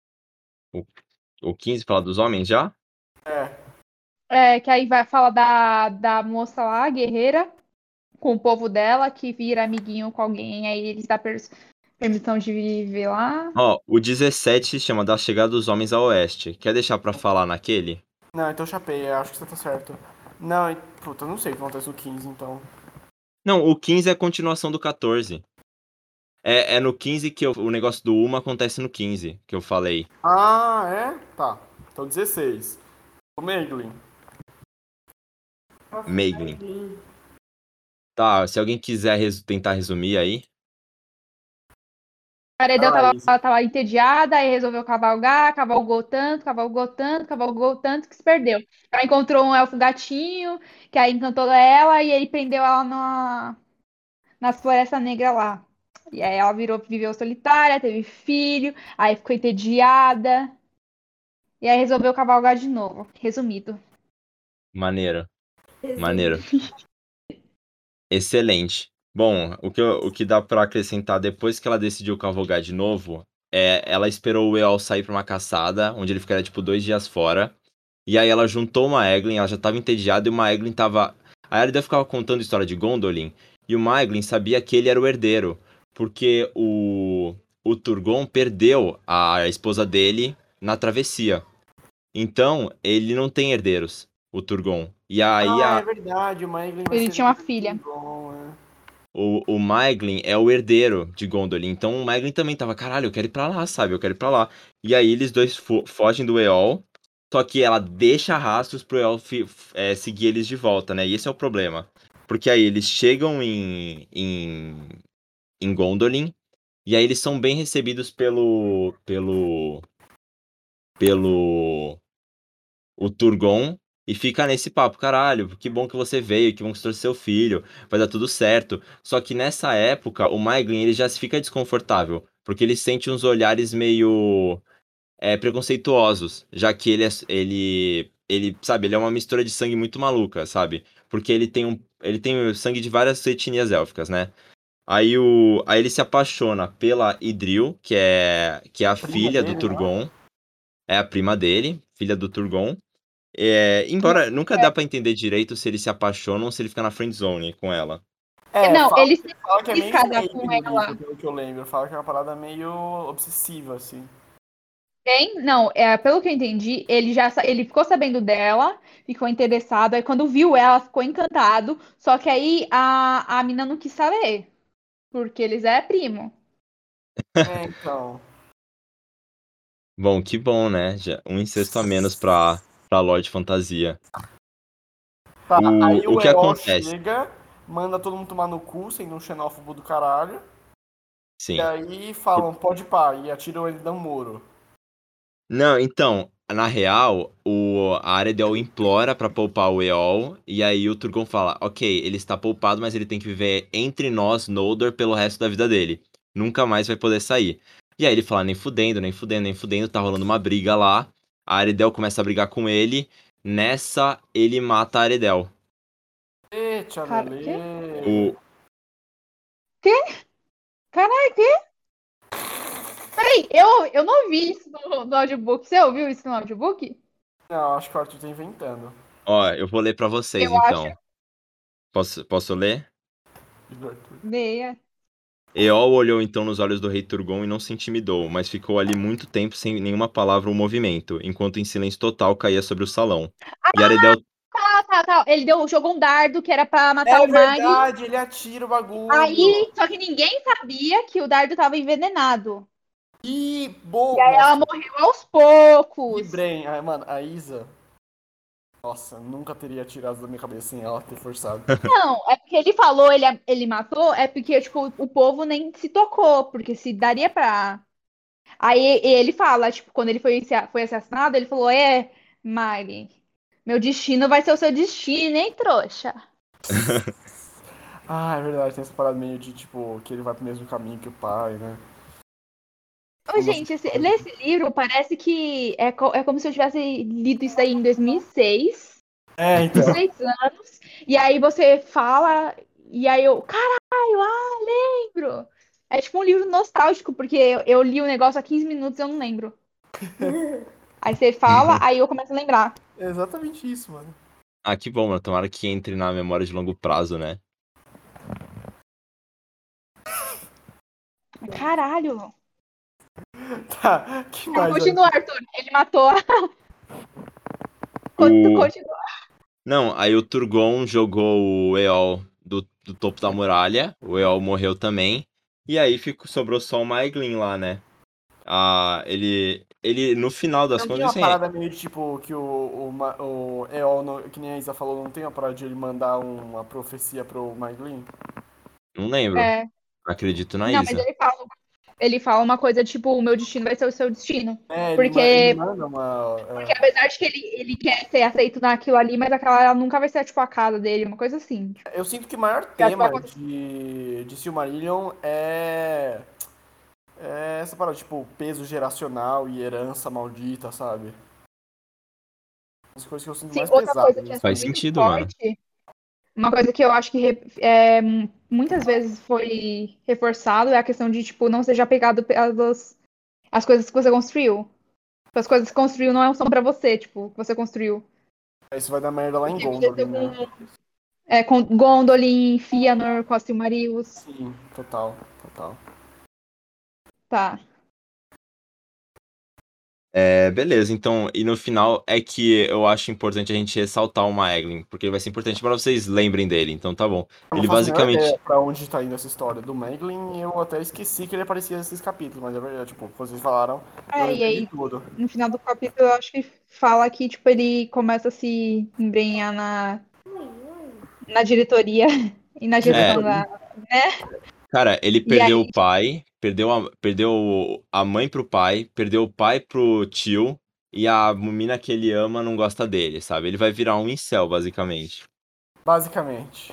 O 15 fala dos homens já? Que aí vai falar da moça lá, guerreira, com o povo dela, que vira amiguinho com alguém, aí eles dão permissão de viver lá. Ó, o 17 chama Da Chegada dos Homens ao Oeste. Quer deixar pra falar naquele? Não, então chapei, acho que você tá certo. Não, puta, eu não sei o que acontece no 15, então. Não, o 15 é a continuação do 14. É no 15 que o negócio do Uma acontece no 15, que eu falei. Ah, é? Tá. Então 16. O Meglin. Maeglin. Tá, se alguém quiser tentar resumir aí. A Aredel Isso. tava entediada, aí resolveu cavalgou tanto que se perdeu. Ela encontrou um elfo gatinho, que aí encantou ela, e ele prendeu ela nas florestas negras lá. E aí ela viveu solitária, teve filho, aí ficou entediada, e aí resolveu cavalgar de novo. Resumido. Maneiro, maneiro. Excelente. Bom, o que dá pra acrescentar depois que ela decidiu cavalgar de novo ela esperou o Eol sair pra uma caçada, onde ele ficaria tipo 2 dias fora. E aí ela juntou uma Maeglin, ela já tava entediada e o Maeglin tava. A Arida ficava contando a história de Gondolin e o Maeglin sabia que ele era o herdeiro, porque o Turgon perdeu a esposa dele na travessia. Então, ele não tem herdeiros, o Turgon. E aí Ah, é verdade, o Meglin vai Ele ser tinha uma filha. bom, o Maeglin é o herdeiro de Gondolin. Então o Maeglin também tava, caralho, eu quero ir pra lá, sabe? Eu quero ir pra lá. E aí eles dois fogem do Eol, só que ela deixa rastros pro Eol seguir eles de volta, né? E esse é o problema. Porque aí eles chegam em Gondolin, e aí eles são bem recebidos pelo o Turgon e fica nesse papo, caralho, que bom que você veio, que bom que você trouxe seu filho, vai dar tudo certo. Só que nessa época, o Maeglin, ele já se fica desconfortável, porque ele sente uns olhares meio preconceituosos, já que sabe, ele é uma mistura de sangue muito maluca, sabe? Porque ele tem o sangue de várias etnias élficas, né? Aí ele se apaixona pela Idril, que é a Prima filha do dele, não é? Turgon, é a prima dele, filha do Turgon. Embora nunca dá pra entender direito se eles se apaixonam ou se ele fica na friend zone com ela. Não, Fala, ele sempre fala que é quis meio casar Snape com no livro, ela. pelo que eu lembro. Fala que é uma parada meio obsessiva, assim. Tem? Não, pelo que eu entendi, ele ficou sabendo dela, ficou interessado, aí quando viu ela, ficou encantado, só que aí a mina não quis saber, porque eles é primo. Então. Bom, que bom, né? Já, um incesto a menos pra Lorde Fantasia. Tá, aí O o que Eol acontece? chega, manda todo mundo tomar no cu, sendo um xenófobo do caralho. E Sim. aí falam, pode pá, e atiram ele no muro. Não, então, na real, a Aredel implora pra poupar o Eol, e aí o Turgon fala, ok, ele está poupado, mas ele tem que viver entre nós, Noldor, pelo resto da vida dele. Nunca mais vai poder sair. E aí ele fala, nem fudendo, nem fudendo, nem fudendo, tá rolando uma briga lá. A Aredel começa a brigar com ele, nessa ele mata a Aredel. Eita, Cara, quê? Lelê. O, Quê? Caralho, quê? Peraí, eu não vi isso no audiobook. Você ouviu isso no audiobook? Não, acho que o Arthur tá inventando. ó, eu vou ler pra vocês, Eu acho. então. Posso ler? Filho do Arthur. Leia. Eol olhou então nos olhos do rei Turgon e não se intimidou, mas ficou ali muito tempo sem nenhuma palavra ou movimento, enquanto em silêncio total caía sobre o salão. E Aredel... Tá. Ele jogou um dardo que era pra matar É o Mag. verdade, ele atira o bagulho. Aí, só que ninguém sabia que o dardo tava envenenado. Que E boa. aí ela Nossa, morreu aos que poucos. brain. Ai, mano, a Isa. Nossa, nunca teria tirado da minha cabeça sem ela ter forçado. Não, é porque ele falou, ele matou, é porque, tipo, o povo nem se tocou, porque se daria pra. Aí ele fala, tipo, quando ele foi assassinado, ele falou: Mari, meu destino vai ser o seu destino, hein, trouxa? Ah, é verdade, tem essa parada meio de, tipo, que ele vai pro mesmo caminho que o pai, né? Ô, gente, ler esse livro parece que é como se eu tivesse lido isso aí em 2006, É, então. 6 anos, e aí você fala, e aí caralho, lembro! É tipo um livro nostálgico, porque eu li o negócio há 15 minutos e eu não lembro. Aí você fala, aí eu começo a lembrar. É exatamente isso, mano. Ah, que bom, mano. Tomara que entre na memória de longo prazo, né? Caralho! Tá, que mais? Continua, Arthur. Ele matou. O... Continua. Não, aí o Turgon jogou o Eol do topo da muralha, o Eol morreu também, e aí sobrou só o Maeglin lá, né? Ah, ele no final das Não tem contas, uma assim, parada meio de, tipo, que o Eol, que nem a Isa falou, não tem uma parada de ele mandar uma profecia pro Maeglin? não lembro. É. Acredito na Não, mas Isa. ele fala uma coisa tipo, o meu destino vai ser o seu destino. É, ele Porque, manda uma... porque apesar de que ele quer ser aceito naquilo ali, mas aquela nunca vai ser tipo a casa dele, uma coisa assim. Tipo, Eu sinto que o maior que acho que vai tema acontecer. de Silmarillion é essa parada, tipo, peso geracional e herança maldita, sabe? As coisas que eu sinto Sim, mais outra coisa pesadas, que é Faz assim. muito sentido, mano. forte, uma coisa que eu acho que muitas vezes foi reforçado é a questão de, tipo, não seja apegado pelas as coisas que você construiu. As coisas que construiu não são pra você, tipo, que você construiu. Aí isso vai dar merda lá em Porque aconteceu Gondolin, né? com Gondolin, Fëanor, com as Silmarils. Sim, total, total. Tá. É, beleza, então, e no final é que eu acho importante a gente ressaltar o Maeglin, porque ele vai ser importante para vocês lembrem dele, então tá bom. Eu não Ele faço a menor ideia basicamente. pra onde tá indo essa história do Maeglin, eu até esqueci que ele aparecia nesses capítulos, mas é verdade, tipo, quando vocês falaram, eu E lembrei de aí, tudo. no final do capítulo, eu acho que fala que, tipo, ele começa a se embrenhar na diretoria e na É, gestão da. cara, ele E perdeu o aí, tipo, pai, perdeu a mãe pro pai, perdeu o pai pro tio, e a menina que ele ama não gosta dele, sabe? Ele vai virar um incel, basicamente. Basicamente.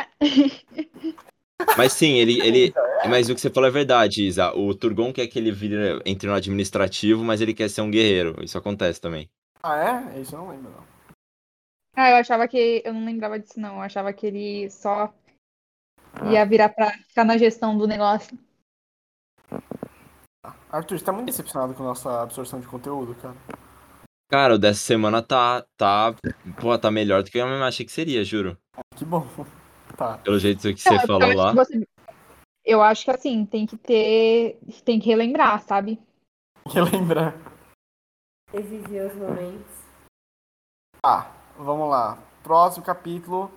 Mas sim, mas o que você falou é verdade, Isa. O Turgon quer que ele vire, entre no administrativo, mas ele quer ser um guerreiro. Isso acontece também. Ah, é? Isso eu não lembro, não. eu achava que. Eu não lembrava disso, não. Eu achava que ele só ia virar pra ficar na gestão do negócio. Arthur, você tá muito decepcionado com a nossa absorção de conteúdo, cara. Cara, o dessa semana pô, tá melhor do que eu mesmo achei que seria, juro. Que bom. Tá. Pelo jeito que Não, você é porque eu falou acho que lá. você. Eu acho que assim, tem que ter. Tem que relembrar, sabe? Relembrar. Reviver os momentos. Tá, vamos lá. Próximo capítulo.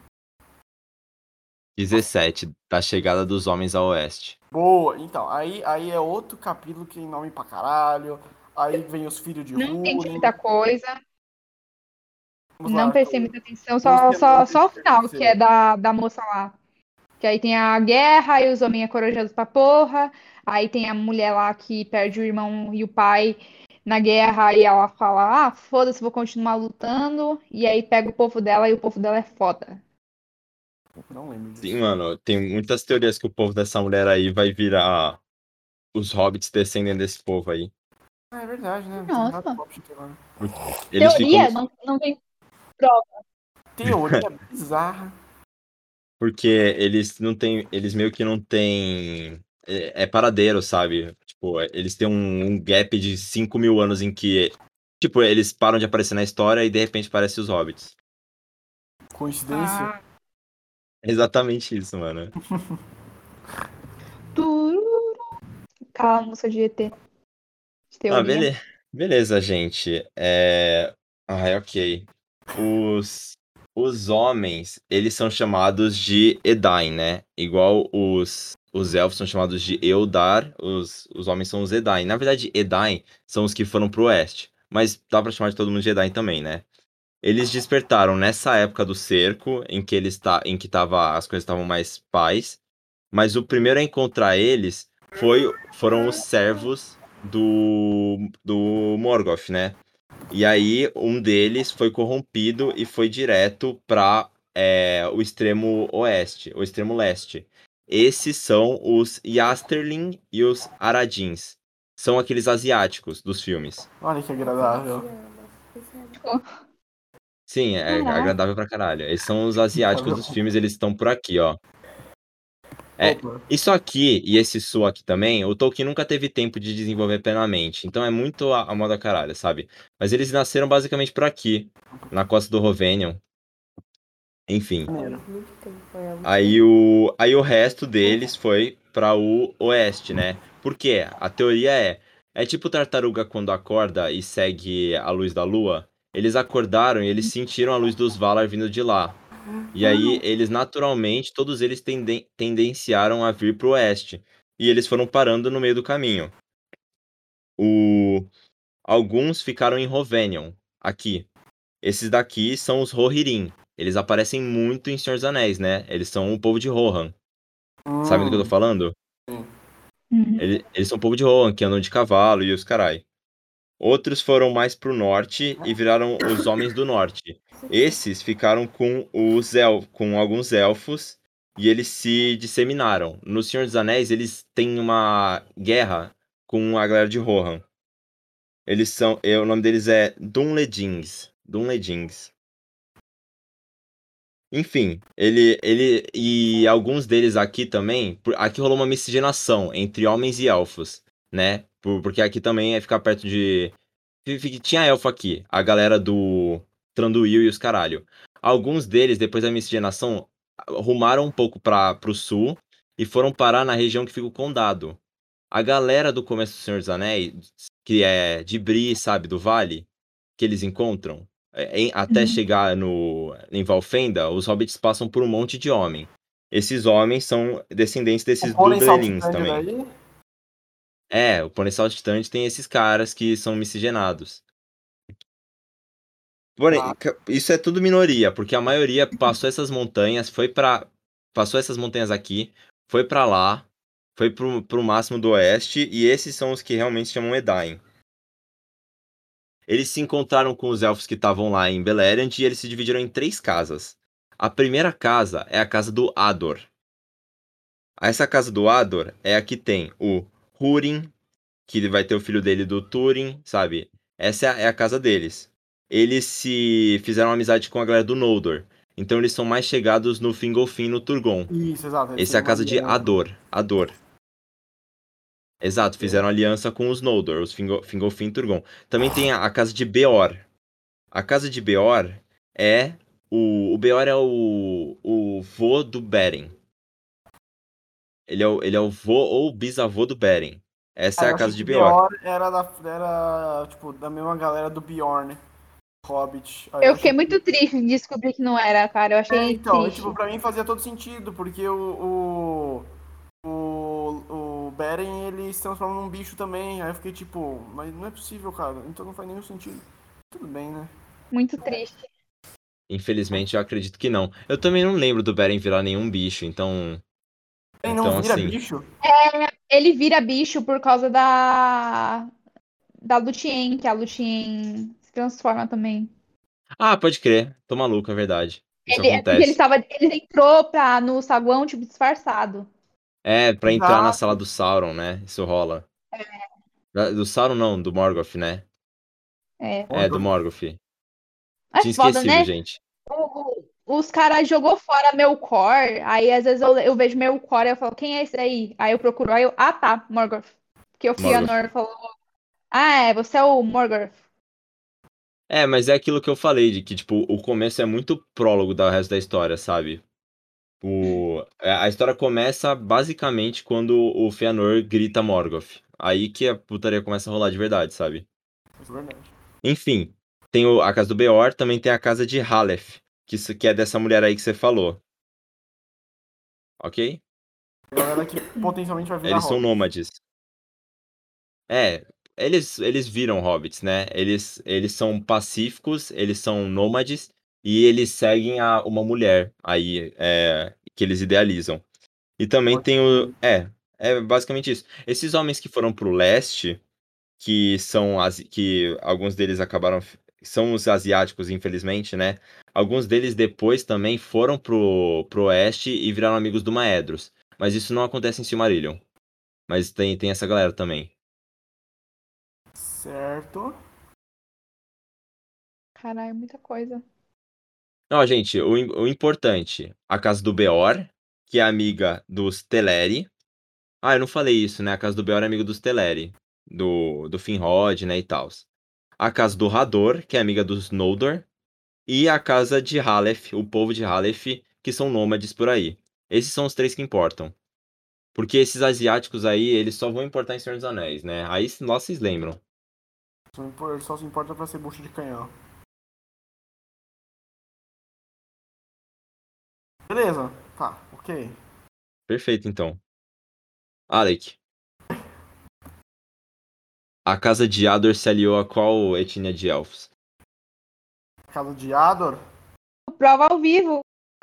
17, da chegada dos homens ao oeste. Boa. Então, aí é outro capítulo que tem nome pra caralho. Aí vem os filhos de Não entendi Húrin. muita coisa. Vamos Não lá. prestei muita atenção, Os só o temas final, que é da moça lá. Que aí tem a guerra, aí os homens é corajosos pra porra. Aí tem a mulher lá que perde o irmão e o pai na guerra, e ela fala: foda-se, vou continuar lutando. E aí pega o povo dela e o povo dela é foda. Não lembro Sim, disso. mano, tem muitas teorias que o povo dessa mulher aí vai virar os hobbits descendem desse povo aí. Ah, é verdade, né? Não tem nada de Nossa. Hobbit agora. Eles ficam. Teoria, não tem prova. Teoria bizarra. Porque eles não têm. Eles meio que não têm. É paradeiro, sabe? Tipo, eles têm um gap de 5.000 anos em que. Tipo, eles param de aparecer na história e de repente aparecem os hobbits. Coincidência? É exatamente isso, mano. Tururu. Aquela música de ET. De Ah, teoria. beleza, gente. Ok. Os, os homens, eles são chamados de Edain, né? Igual os elfos são chamados de Eldar, os homens são os Edain. Na verdade, Edain são os que foram pro oeste. Mas dá pra chamar de todo mundo de Edain também, né? Eles despertaram nessa época do cerco, em que as coisas estavam mais paz. Mas o primeiro a encontrar eles foram os servos do Morgoth, né? E aí um deles foi corrompido e foi direto para o extremo oeste, o extremo leste. Esses são os Yasterling e os Aradins. São aqueles asiáticos dos filmes. Olha que agradável. Sim, é Caraca. agradável pra caralho. Esses são os asiáticos dos filmes, eles estão por aqui, ó. Opa. Isso aqui e esse sul aqui também, o Tolkien nunca teve tempo de desenvolver plenamente. Então é muito a moda caralho, sabe? Mas eles nasceram basicamente por aqui, na costa do Rovênion. Enfim. Maneiro. Muito tempo, é muito Aí o resto deles foi para o oeste, né? Por quê? A teoria é tipo tartaruga quando acorda e segue a luz da lua. Eles acordaram e eles sentiram a luz dos Valar vindo de lá. E aí eles naturalmente, todos eles tendenciaram a vir pro oeste. E eles foram parando no meio do caminho. Alguns ficaram em Rovênion, aqui. Esses daqui são os Rohirrim. Eles aparecem muito em Senhor dos Anéis, né? Eles são o povo de Rohan. Sabem do que eu tô falando? Uhum. Eles são o povo de Rohan, que andam de cavalo e os carai. Outros foram mais pro norte e viraram os Homens do Norte. Esses ficaram com alguns elfos e eles se disseminaram. No Senhor dos Anéis, eles têm uma guerra com a galera de Rohan. O nome deles é Dunledings. Dunledings. Enfim, ele e alguns deles aqui também, aqui rolou uma miscigenação entre homens e elfos, né? Porque aqui também é ficar perto de tinha elfo aqui, a galera do Tranduil e os caralho. Alguns deles, depois da miscigenação, rumaram um pouco pro sul e foram parar na região que fica o condado. A galera do começo do Senhor dos Anéis, que é de Bree, sabe, do vale, que eles encontram, até Uhum. chegar em Valfenda, os hobbits passam por um monte de homem. Esses homens são descendentes O desses pônei Dublerins saltitante também. daí? O Pônei Saltitante tem esses caras que são miscigenados. Porém, Ah, isso é tudo minoria, porque a maioria passou essas montanhas, passou essas montanhas aqui, foi pra lá, foi pro máximo do oeste, e esses são os que realmente se chamam Edain. Eles se encontraram com os elfos que estavam lá em Beleriand e eles se dividiram em 3 casas. A primeira casa é a casa do Ador. Essa casa do Ador é a que tem o Húrin, que vai ter o filho dele do Túrin, sabe? Essa é a casa deles. Eles se fizeram amizade com a galera do Noldor. Então eles são mais chegados no Fingolfin e no Turgon. isso, exato. Eles Essa é têm a uma casa de aliança. Ador. Exato, fizeram aliança com os Noldor, os Fingolfin e Turgon. Também tem a casa de Beor. A casa de Beor é o Beor é o vô do Beren. Ele é o vô ou bisavô do Beren. Essa Ah, é eu a achei casa que de Beor. Beor era tipo, da mesma galera do Bjorn, Hobbit. Aí eu Eu achei fiquei que... muito triste de descobrir que não era, cara. Eu achei Então, e, tipo, triste. pra mim fazia todo sentido, porque o Beren, ele se transforma num bicho também. Aí eu fiquei tipo, mas não é possível, cara. Então não faz nenhum sentido. Tudo bem, né? Muito triste. Infelizmente, eu acredito que não. Eu também não lembro do Beren virar nenhum bicho, então. Beren não Então, vira assim. bicho? Ele vira bicho por causa da Lúthien, que a Lúthien se transforma também. Ah, pode crer. Tô maluco, é verdade. Isso É porque acontece. ele entrou no saguão, tipo, disfarçado. Pra entrar na sala Exato. do Sauron, né? Isso rola. Do Sauron não, do Morgoth, né? É. Do Morgoth. É Tinha foda, esquecido, né? gente. Os caras jogou fora meu core. Aí às vezes eu vejo meu core e eu falo, quem é esse aí? Aí eu procuro, aí eu, ah tá, Morgoth. Porque o Morgoth. Fëanor falou, ah, você é o Morgoth. Mas é aquilo que eu falei, de que, tipo, o começo é muito prólogo do resto da história, sabe? a história começa basicamente quando o Fëanor grita Morgoth. Aí que a putaria começa a rolar de verdade, sabe? Isso é verdade. Enfim, tem a casa do Beor, também tem a casa de Halef, que é dessa mulher aí que você falou. Ok? A galera que potencialmente vai virar Eles são Hobbit. nômades. É, eles viram hobbits, né? Eles são pacíficos, eles são nômades e eles seguem uma mulher aí, que eles idealizam. E também tem o. É basicamente isso. Esses homens que foram pro leste, que são que alguns deles acabaram. São os asiáticos, infelizmente, né? Alguns deles depois também foram pro oeste e viraram amigos do Maedhros. Mas isso não acontece em Silmarillion. Mas tem essa galera também. Certo. Caralho, muita coisa. Ó, gente, o importante, a casa do Beor, que é amiga dos Teleri. Ah, eu não falei isso, né? A casa do Beor é amiga dos Teleri, do Finrod, né, e tal. A casa do Hador, que é amiga dos Noldor, e a casa de Halef, o povo de Halef, que são nômades por aí. Esses são os três que importam. Porque esses asiáticos aí, eles só vão importar em Senhor dos Anéis, né? Aí, nossa, vocês lembram. Só se importa pra ser bucha de canhão. Beleza. Tá, ok. Perfeito, então. Alec, a casa de Ador se aliou a qual etnia de elfos? Casa de Ador. Prova ao vivo.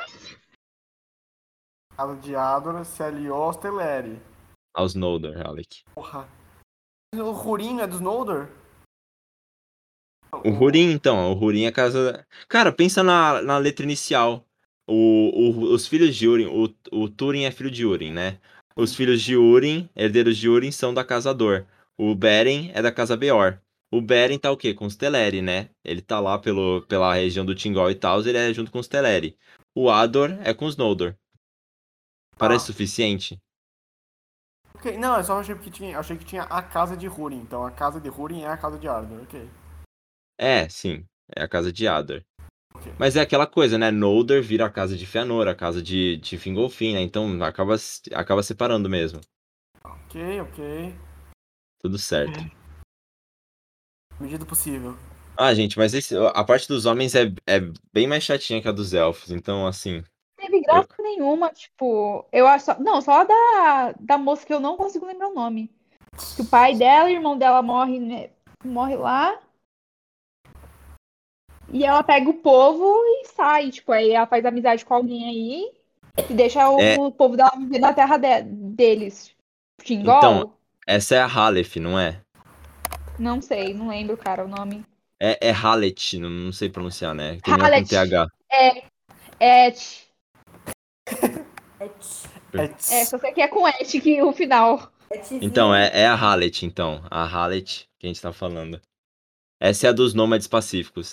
Casa de Ador se aliou aos Teleri. Aos Noldor, Alec. Porra. O Hurin é dos Noldor? O Húrin, então, o Húrin é a casa. Cara, pensa na letra inicial. Os filhos de Húrin, o Túrin é filho de Húrin, né? Os filhos de Húrin, herdeiros de Húrin, são da casa Dor. O Beren é da casa Beor. O Beren tá o quê? Com os Teleri, né? Ele tá lá pela região do Thingol e tal, ele é junto com os Teleri. O Ador é com os Noldor. Parece suficiente? Ok, não, eu só achei que tinha a casa de Hurin. Então a casa de Hurin é a casa de Ador, ok. É, sim. É a casa de Ador. Ok. Mas é aquela coisa, né? Noldor vira a casa de Fëanor, a casa de Fingolfin, né? Então acaba separando mesmo. Ok, ok. Tudo certo. Medida possível. Ah, gente, mas a parte dos homens é bem mais chatinha que a dos elfos. Então, assim. Não teve Eu, graça nenhuma, tipo, eu acho. Não, só da moça que eu não consigo lembrar o nome. Que o pai dela e o irmão dela morre, né, morre lá. E ela pega o povo e sai, tipo, aí ela faz amizade com alguém aí e deixa é, o povo dela viver na terra deles. então, Xingol? essa é a Halef, não é? Não sei, não lembro, cara, o nome. É Halet, não sei pronunciar, né? Termina com Hallet. TH. É, É só sei que é com et que o final. Então, é a Halet, então. A Halet que a gente tá falando. Essa é a dos nômades pacíficos.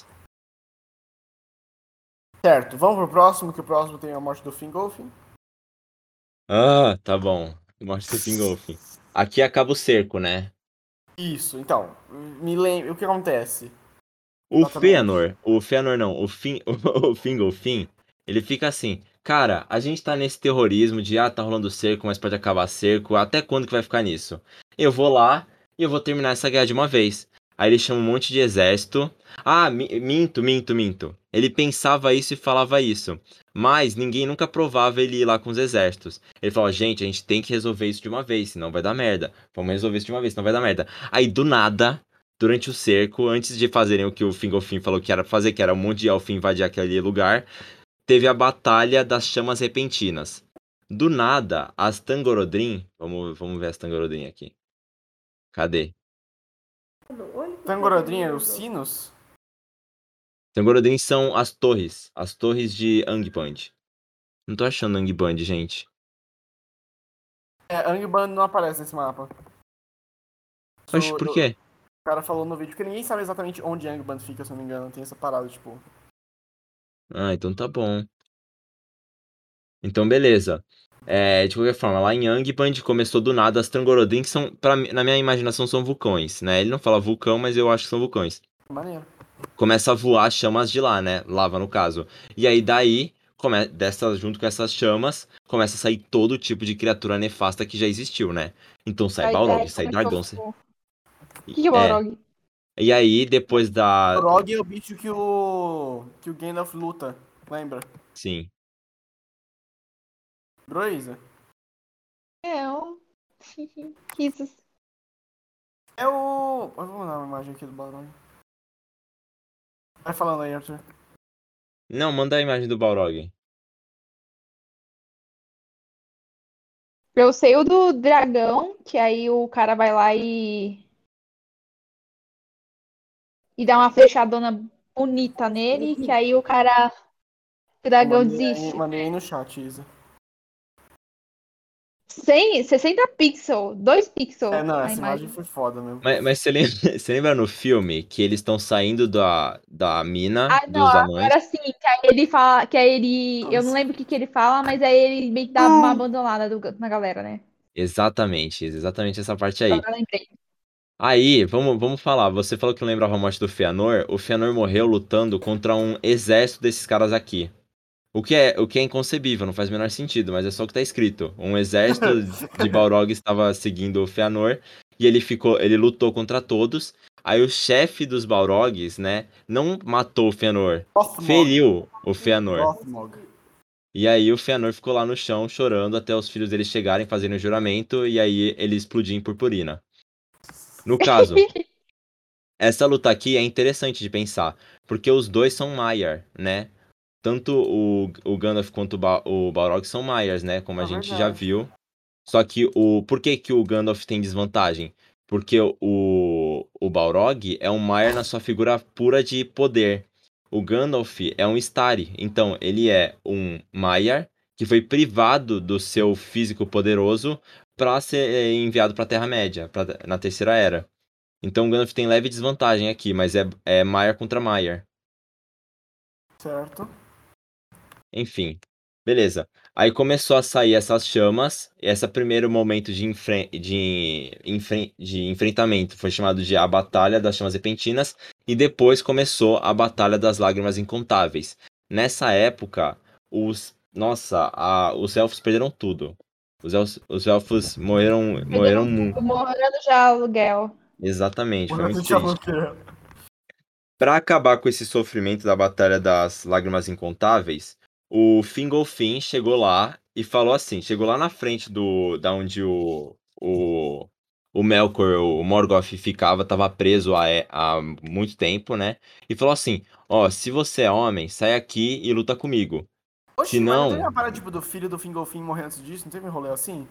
certo. Vamos pro próximo, que o próximo tem a morte do Fingolfin. Ah, tá bom. Mostra o Fingolfin. Aqui acaba o cerco, né? Isso, então. Me lembra. O que acontece? O Exatamente. Fëanor não, o Fingolfin, ele fica assim, cara, a gente tá nesse terrorismo de, tá rolando cerco, mas pode acabar cerco, até quando que vai ficar nisso? Eu vou lá e eu vou terminar essa guerra de uma vez. Aí ele chama um monte de exército. Ah, minto. Ele pensava isso e falava isso, mas ninguém nunca provava ele ir lá com os exércitos. Ele falou, gente, a gente tem que resolver isso de uma vez, senão vai dar merda. Vamos resolver isso de uma vez, senão vai dar merda. Aí do nada durante o cerco, antes de fazerem o que o Fingolfin falou que era fazer, que era um monte de elfo invadir aquele lugar, teve a Batalha das Chamas Repentinas. Do nada, as Tangorodrim. Vamos ver as Tangorodrim aqui. Cadê? Tangorodrim era os sinos? Tangorodrim são as torres de Angband. Não tô achando Angband, gente. Angband não aparece nesse mapa. Oxe, por O quê? cara falou no vídeo que ninguém sabe exatamente onde Angband fica, se eu não me engano. Tem essa parada, tipo. Ah, então tá bom. Então, beleza. De qualquer forma, lá em Angband começou do nada as Tangorodrim, que são, na minha imaginação, são vulcões, né? Ele não fala vulcão, mas eu acho que são vulcões. Maneiro. Começa a voar chamas de lá, né? Lava, no caso. E aí, daí, junto com essas chamas, começa a sair todo tipo de criatura nefasta que já existiu, né? Então sai Aí Balrog, sai começou. dragão. O que é o É. Balrog? E aí, depois O da. Rog é o bicho que o Gandalf luta, lembra? Sim. Lembrou, Isa? É o. Risos. É o... Eu vou mandar uma imagem aqui do Balrog. Vai falando aí, Arthur. Não, manda a imagem do Balrog. Eu sei o do dragão, que aí o cara vai lá e dá uma flechadona bonita nele, que aí o cara. O Eu dragão desiste. mandei aí no chat, Isa. 60 pixels, 2 pixels Não, a essa imagem imagem. foi foda mesmo. Mas você lembra, você lembra no filme que eles estão saindo da mina Ah, não, dos anões? agora sim, que aí ele fala, que aí ele. Eu não Nossa. lembro o que ele fala, mas aí ele meio que dá uma abandonada na galera, né? Exatamente essa parte aí. Agora eu lembrei. Aí, vamos falar. Você falou que não lembrava a morte do Fëanor. O Fëanor morreu lutando contra um exército desses caras aqui. O que é inconcebível, não faz o menor sentido, mas é só o que tá escrito. Um exército de Balrog estava seguindo o Fëanor e ele lutou contra todos. Aí o chefe dos Balrogs, né, não matou o Fëanor, Gothmog. feriu o Fëanor. Gothmog. E aí o Fëanor ficou lá no chão chorando até os filhos dele chegarem, fazerem o juramento e aí ele explodiu em purpurina. No caso, essa luta aqui é interessante de pensar, porque os dois são Maiar, né? Tanto o Gandalf quanto o Balrog são Maiars, né? Como a É gente já verdade. viu. Só que por que que o Gandalf tem desvantagem? Porque o Balrog é um Maiar na sua figura pura de poder. O Gandalf é um Stari, então ele é um Maiar que foi privado do seu físico poderoso para ser enviado para a Terra-média, na Terceira Era. Então o Gandalf tem leve desvantagem aqui, mas é Maiar contra Maiar. Certo. Enfim, beleza. Aí começou a sair essas chamas, e esse primeiro momento de enfrentamento foi chamado de a Batalha das Chamas Repentinas, e depois começou a Batalha das Lágrimas Incontáveis. Nessa época, os elfos perderam tudo. Os elfos morreram muito. Morando já aluguel. Exatamente, foi muito Você já falou triste. que é. Para acabar com esse sofrimento da Batalha das Lágrimas Incontáveis, o Fingolfin chegou lá e falou assim, chegou lá na frente da onde o Melkor, o Morgoth ficava, estava preso há muito tempo, né? E falou assim, ó, se você é homem, sai aqui e luta comigo. Se Oxi, mas não teve não, uma parada tipo do filho do Fingolfin morrer antes disso? Não teve um rolê assim?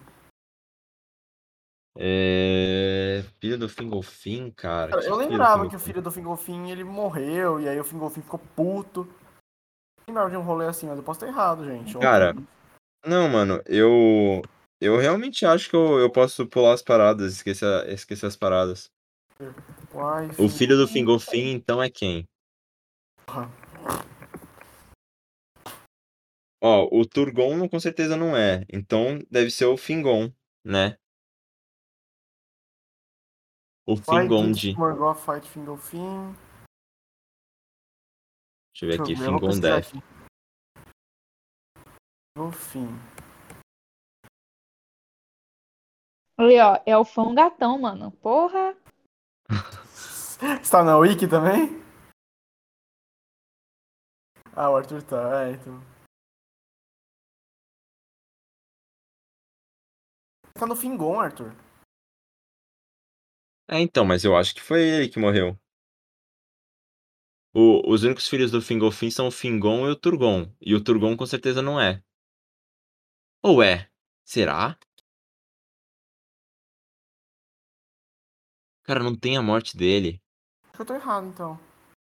Filho do Fingolfin, cara, Cara, que eu filho do lembrava que o Fingolfin? filho do Fingolfin ele morreu, e aí o Fingolfin ficou puto. Eu lembrava de um rolê assim, mas eu posso estar errado, gente. Cara, não, mano, eu realmente acho que eu posso pular as paradas, esquecer as paradas. Uai, O filho do Não Fingolfin, sei. então, é quem? porra. Ó, o Turgon com certeza não é. Então deve ser o Fingon, né? O Why did Fingond. Morgoth fight Fingolfin? Deixa eu ver Deixa eu aqui, ver, eu vou pesquisar Fingondef. aqui. Fingolfin. Ali, ó, é o fão gatão, mano. Porra. Você tá na Wiki também? Ah, o Arthur tá, então. Tá no Fingon, Arthur. Então, mas eu acho que foi ele que morreu. Os únicos filhos do Fingolfin são o Fingon e o Turgon. E o Turgon com certeza não é. Ou é? Será? Cara, não tem a morte dele. Acho que eu tô errado, então.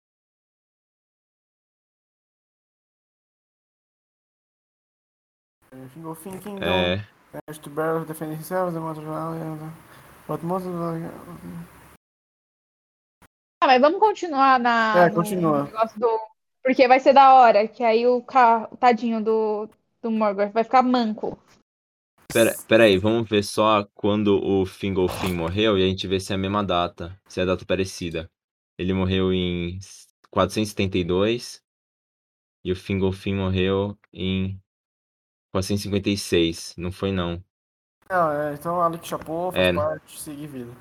Fingolfin Kingdom. É. Managed to barely defend himself, the Mother Valley, but most of the... Ah, mas vamos continuar no Continua. negócio do. Porque vai ser da hora, que aí o tadinho do Morgoth vai ficar manco. Pera aí, vamos ver só quando o Fingolfin morreu e a gente vê se é a mesma data, se é a data parecida. Ele morreu em 472. E o Fingolfin morreu em 456. Não foi, não. Então Alec chapou, faz É, parte, seguir vida.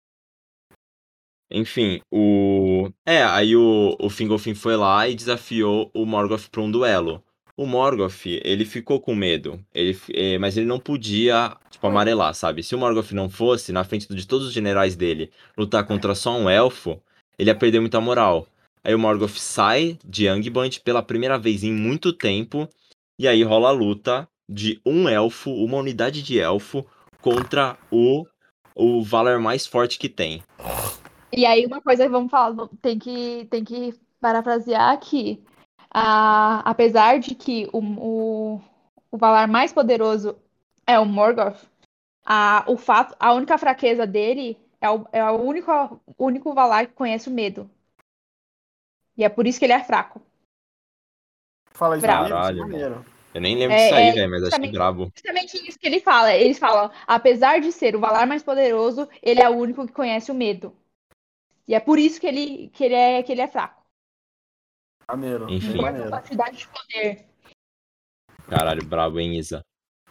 enfim, aí o Fingolfin foi lá e desafiou o Morgoth para um duelo. O Morgoth, ele ficou com medo, mas ele não podia, tipo, amarelar, sabe? Se o Morgoth não fosse, na frente de todos os generais dele, lutar contra só um elfo, ele ia perder muita moral. Aí o Morgoth sai de Angband pela primeira vez em muito tempo, e aí rola a luta de um elfo, uma unidade de elfo, contra o Valar mais forte que tem. E aí, uma coisa que vamos falar, tem que parafrasear aqui. Apesar de que o Valar mais poderoso é o Morgoth, a única fraqueza dele é o único Valar que conhece o medo. E é por isso que ele é fraco. Fala isso no Fraco. livro, isso é Caralho. maneiro. Eu nem lembro disso aí, É velho, mas achei justamente, brabo. justamente isso que ele fala. Eles falam, apesar de ser o Valar mais poderoso, ele é o único que conhece o medo. E é por isso que ele é fraco. Maneiro, bem Enfim. Por maneiro. capacidade de poder. Caralho, brabo, hein, Isa?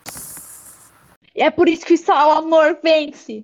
E é por isso que só o amor vence.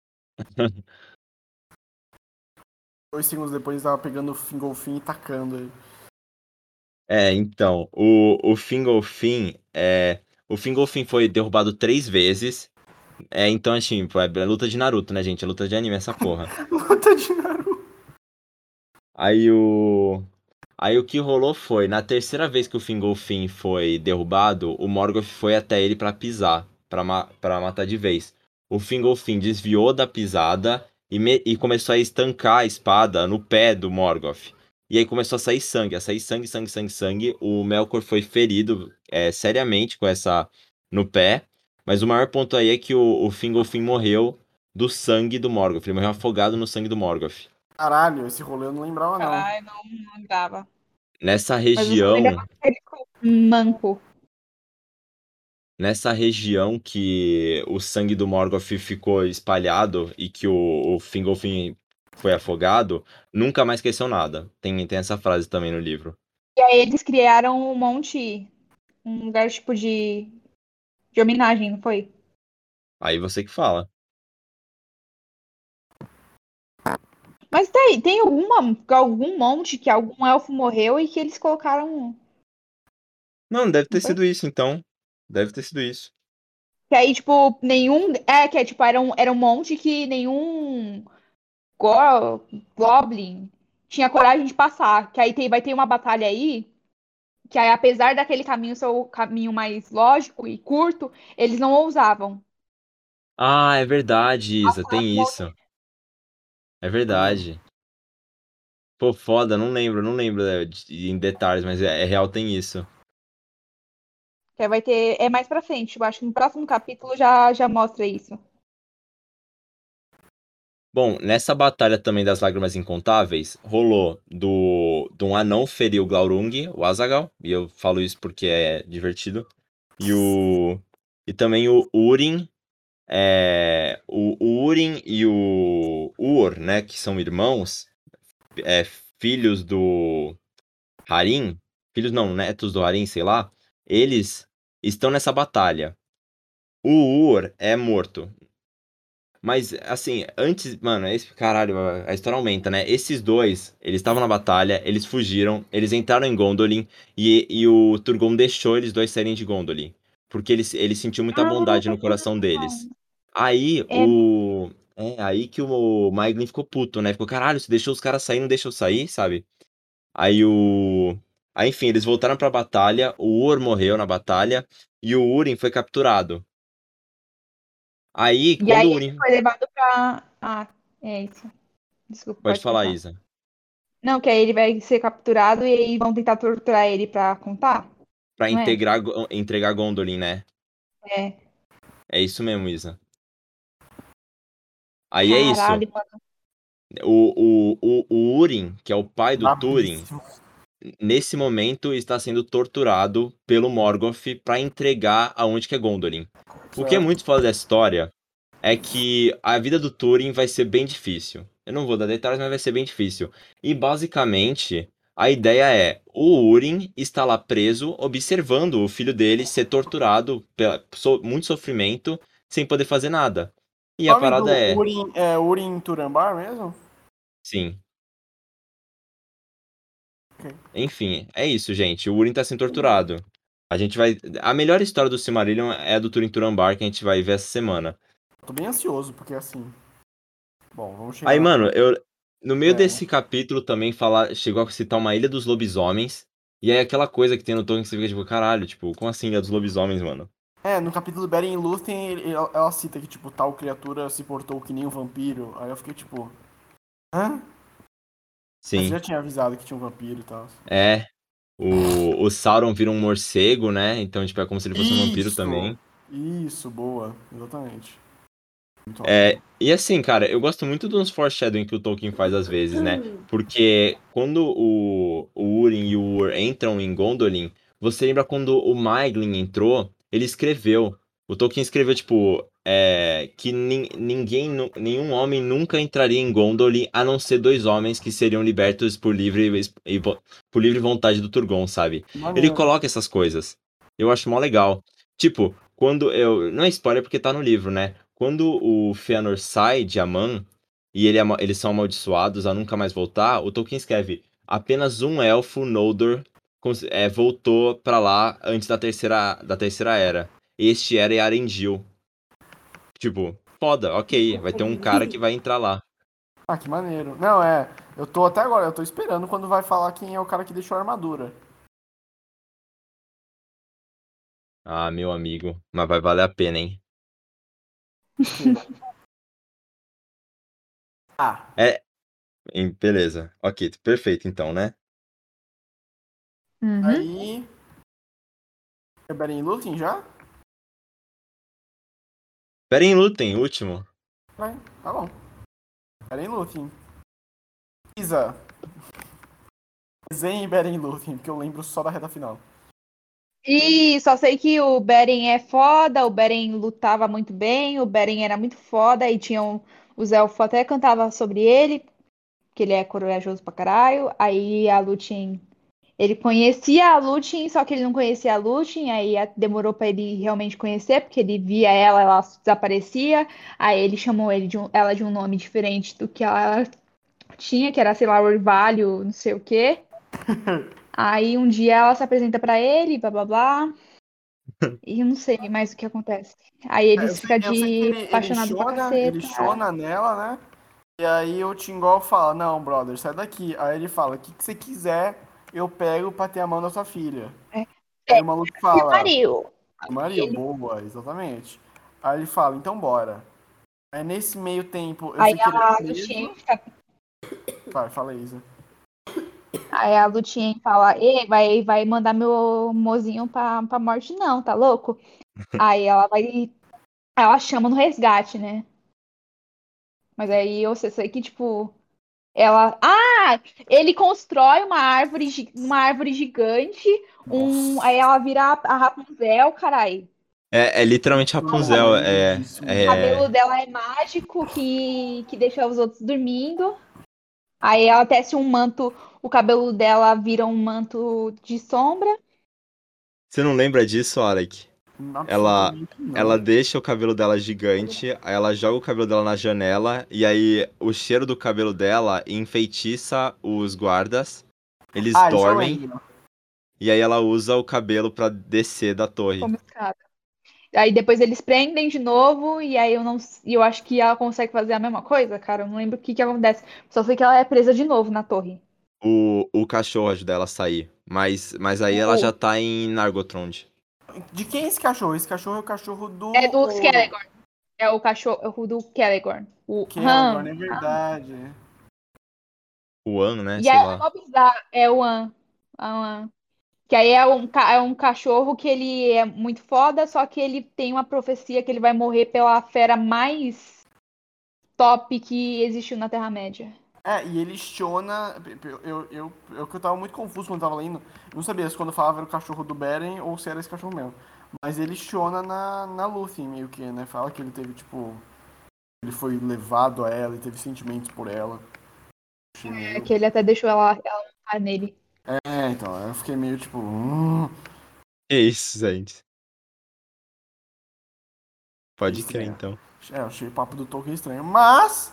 2 segundos depois tava pegando o Fingolfin e tacando ele. Então, o Fingolfin, o Fingolfin foi derrubado 3 vezes. Então, assim, pô, é luta de Naruto, né, gente? É luta de anime essa porra. Luta de Naruto. Aí o que rolou foi, na terceira vez que o Fingolfin foi derrubado, o Morgoth foi até ele pra pisar, pra matar de vez. O Fingolfin desviou da pisada e começou a estancar a espada no pé do Morgoth. E aí começou a sair sangue, sangue, sangue, sangue. O Melkor foi ferido seriamente com essa no pé. Mas o maior ponto aí é que o Fingolfin morreu do sangue do Morgoth. Ele morreu afogado no sangue do Morgoth. Caralho, esse rolê eu não lembrava, não. Ai, não dava. Nessa Mas eu só região, lembrava que ele ficou manco. Nessa região que o sangue do Morgoth ficou espalhado e que o Fingolfin foi afogado, nunca mais esqueceu nada. Tem essa frase também no livro. E aí eles criaram um lugar tipo de homenagem, não foi? Aí você que fala. Mas tem algum monte que algum elfo morreu e que eles colocaram. Não, deve Não ter foi? sido isso então. Deve ter sido isso. Que aí, tipo, nenhum. Que é tipo, era um monte que nenhum Goblin tinha coragem de passar. Que aí vai ter uma batalha aí. Que aí, apesar daquele caminho ser o caminho mais lógico e curto, eles não ousavam. Ah, é verdade, Isa, Passar tem um monte. isso. É Maneiro. verdade. Pô, foda, não lembro em detalhes, mas é real, tem isso. Que aí vai ter. É mais pra frente. Eu acho que no próximo capítulo já mostra isso. Bom, nessa batalha também das Lágrimas Incontáveis, rolou de um anão ferir o Glaurung, o Azaghal, e eu falo isso porque é divertido, e também o Urin, o Urin e o Ur, né, que são irmãos, filhos do Harim, filhos não, netos do Harim, sei lá, eles estão nessa batalha. O Ur é morto. Mas, assim, antes, mano, caralho, a história aumenta, né? Esses dois, eles estavam na batalha, eles fugiram, eles entraram em Gondolin e o Turgon deixou eles dois saírem de Gondolin. Porque ele sentiu muita bondade no coração deles. Aí É, aí que o Maeglin ficou puto, né? Ficou, caralho, você deixou os caras sair, não deixou sair, sabe? Aí o. Aí, enfim, eles voltaram pra batalha, o Ur morreu na batalha e o Urin foi capturado. Aí, e quando aí o ele Urin. foi levado pra. É isso. Desculpa, Pode pode falar, continuar. Isa. Não, que aí ele vai ser capturado e aí vão tentar torturar ele pra contar? Pra Não é? entregar Gondolin, né? É. É isso mesmo, Isa. Aí é isso. Caralho, mano. O Urin, que é o pai do Túrin, Brabíssimo. nesse momento está sendo torturado pelo Morgoth pra entregar aonde que é Gondolin. O que é Certo. muito foda dessa história é que a vida do Túrin vai ser bem difícil. Eu não vou dar detalhes, mas vai ser bem difícil. E basicamente, A ideia é, o Urim está lá preso, observando o filho dele ser torturado, muito sofrimento, sem poder fazer nada. E O a nome do parada é, Urim é Urim Turambar mesmo? sim. Ok. Enfim, é isso, gente. O Urim tá sendo torturado. A gente vai. A melhor história do Silmarillion é a do Turin Turambar, que a gente vai ver essa semana. Tô bem ansioso, porque assim. Bom, vamos chegar Aí, na mano, parte. no meio É. desse capítulo também chegou a citar uma Ilha dos Lobisomens. E aí aquela coisa que tem no Tolkien que você fica tipo, caralho, tipo, como assim Ilha dos Lobisomens, mano? No capítulo Beren Lúthien, ela cita que, tipo, tal criatura se portou que nem um vampiro. Aí eu fiquei tipo. Hã? Mas você Sim. já tinha avisado que tinha um vampiro e tal. É. O Sauron vira um morcego, né? Então, tipo, é como se ele fosse um vampiro Isso! também. Isso, boa. Exatamente. Muito ótimo. É, e assim, cara, eu gosto muito dos foreshadowing que o Tolkien faz às vezes, né? Porque quando o Urim e o Ur entram em Gondolin, você lembra quando o Maeglin entrou, ele escreveu. O Tolkien escreveu, tipo, que nenhum homem nunca entraria em Gondolin a não ser dois homens que seriam libertos por livre vontade do Turgon, sabe? Ele Maneiro. coloca essas coisas. Eu acho mó legal. Tipo, quando eu. Não é spoiler porque tá no livro, né? Quando o Fëanor sai de Aman e eles são amaldiçoados a nunca mais voltar, o Tolkien escreve: apenas um elfo Noldor voltou pra lá antes da terceira era. Este era Earendil. Tipo, foda, ok, vai ter um cara que vai entrar lá. Ah, que maneiro. Não, eu tô até agora, eu tô esperando quando vai falar quem é o cara que deixou a armadura. Ah, meu amigo, mas vai valer a pena, hein? Ok. Ah, É, beleza. Ok, perfeito então, né? Uhum. aí. É Beren Lúthien já? Beren Lúthien, último. Vai, tá bom. Beren Lúthien. Isa, desenhe Beren Lúthien, porque eu lembro só da reta final. E só sei que o Beren é foda, o Beren lutava muito bem, o Beren era muito foda e tinham os elfos até cantava sobre ele, que ele é corajoso pra caralho. Aí a Lúthien, ele conhecia a Lúthien, só que ele não conhecia a Lúthien, aí demorou pra ele realmente conhecer, porque ele via ela, ela desaparecia. Aí ele chamou ela de um nome diferente do que ela tinha, que era, sei lá, Orvalho, não sei o quê. Aí um dia ela se apresenta pra ele, blá blá blá. E eu não sei mais o que acontece. Aí Eu eles sei, ficam eu sei que de ele apaixonado pra chona, ele caceta. chona nela, né? E aí o Tingol fala, não, brother, sai daqui. Aí ele fala, o que você quiser, eu pego pra ter a mão da sua filha. É, Aí é, o maluco que fala, pariu. Mario, Ele, boa, exatamente. Aí ele fala, então bora. Aí nesse meio tempo, eu aí sei que ele é a preso. Lutien fica, Vai, fala aí, Isa. aí a Lutien fala, ei, vai mandar meu mozinho pra morte, não, tá louco? Aí ela chama no resgate, né? Mas aí eu sei que, tipo, ela. Ah! Ele constrói uma árvore gigante, aí Nossa, ela vira a Rapunzel, carai. É literalmente eu não Rapunzel. lembro disso, O cabelo mano. dela é mágico, que deixa os outros dormindo. Aí ela tece um manto, o cabelo dela vira um manto de sombra. Você não lembra disso, Alec? Ela, Absolutamente ela não. deixa o cabelo dela gigante, aí ela joga o cabelo dela na janela, e aí o cheiro do cabelo dela enfeitiça os guardas, eles Ah, isso eu dormem, lembro. e aí ela usa o cabelo pra descer da torre. Como escada. Aí depois eles prendem de novo, e aí eu acho que ela consegue fazer a mesma coisa, cara. Eu não lembro o que acontece. Só sei que ela é presa de novo na torre. O cachorro ajuda ela a sair, mas aí ela já O, tá em Nargothrond. De quem é esse cachorro? Esse cachorro é o cachorro do é do o Skelegor. É o cachorro do Skelegor. O Aragorn, Han. é verdade. O An, né? E Sei é lá. mó bizarro. É o An. An. Que aí é um cachorro que ele é muito foda, só que ele tem uma profecia que ele vai morrer pela fera mais top que existiu na Terra-média. E ele Shona. Eu tava muito confuso quando tava lendo. Eu não sabia se quando falava era o cachorro do Beren ou se era esse cachorro mesmo. Mas ele Shona na Lúthien, meio que, né? Fala que ele teve, tipo. Ele foi levado a ela e teve sentimentos por ela. Achei É meio. que ele até deixou ela montar nele. Então, eu fiquei meio tipo. Que isso, gente. Pode crer, Estranho. então. Eu achei o papo do Tolkien estranho. Mas.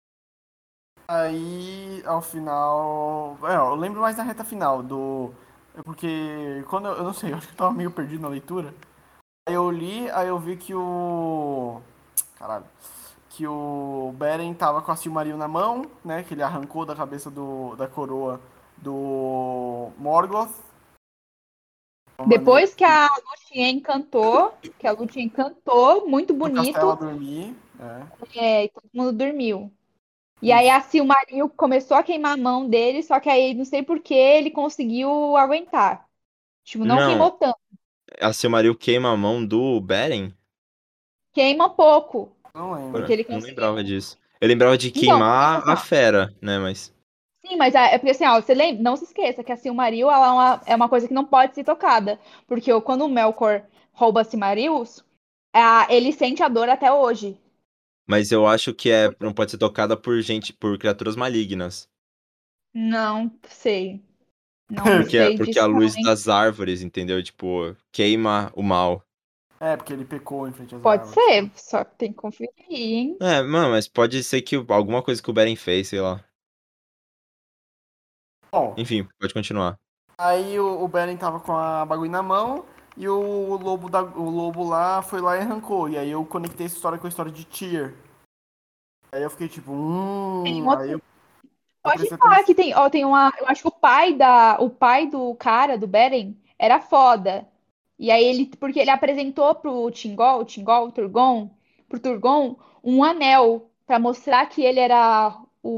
Aí, ao final. Eu lembro mais da reta final do. Porque quando eu não sei, eu acho que eu tava meio perdido na leitura. Aí eu li, aí eu vi que o. Caralho. Que o Beren tava com a Silmaril na mão, né? Que ele arrancou da cabeça da coroa do Morgoth. De uma maneira Depois que a Lúthien encantou, muito do castelo a bonito, dormir. e todo mundo dormiu. E aí Isso. a Silmaril começou a queimar a mão dele, só que aí não sei por que ele conseguiu aguentar. Tipo, não Não, queimou tanto. a Silmaril queima a mão do Beren? Queima pouco, Não porque lembro. ele Não conseguiu. lembrava disso. Eu lembrava de Então, não queima queimar a tanto. fera, né? Mas. Sim, mas é porque assim, ó, você lembra, não se esqueça que a Silmaril ela é uma coisa que não pode ser tocada. Porque quando o Melkor rouba a Silmaril, ele sente a dor até hoje. Mas eu acho que não pode ser tocada por gente, por criaturas malignas. Não sei. Não Porque, sei porque a disso não, luz hein? das árvores, entendeu? Tipo, queima o mal. Porque ele pecou em frente às Pode árvores. ser, só que tem que conferir, hein? É, mano, mas pode ser que alguma coisa que o Beren fez, sei lá. Bom, Enfim, pode continuar. aí o Beren tava com a bagulho na mão e o lobo lá foi lá e arrancou. E aí eu conectei essa história com a história de Tyr. Aí eu fiquei tipo, Tem Aí outro. eu Pode prestei falar atenção. que tem, ó, tem uma. Eu acho que o pai do cara, do Beren, era foda. E aí porque ele apresentou pro Turgon, um anel pra mostrar que ele era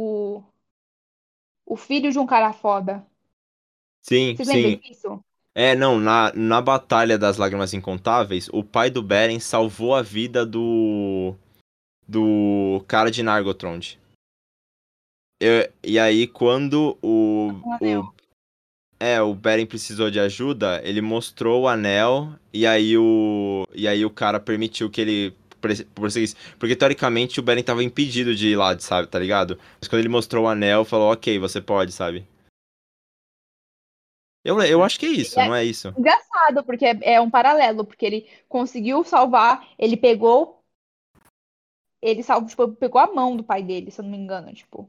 o filho de um cara foda. Sim, Vocês lembram sim. disso? É, não, na Batalha das Lágrimas Incontáveis, o pai do Beren salvou a vida do cara de Nargothrond. E aí, quando Um anel. o Beren precisou de ajuda, ele mostrou o anel e aí o cara permitiu que ele prosseguisse. Porque teoricamente o Beren tava impedido de ir lá, sabe, tá ligado? Mas quando ele mostrou o anel, falou, ok, você pode, sabe? Eu acho que é E isso, não é é isso? engraçado, porque é um paralelo, porque ele conseguiu salvar, tipo, pegou a mão do pai dele, se eu não me engano, tipo.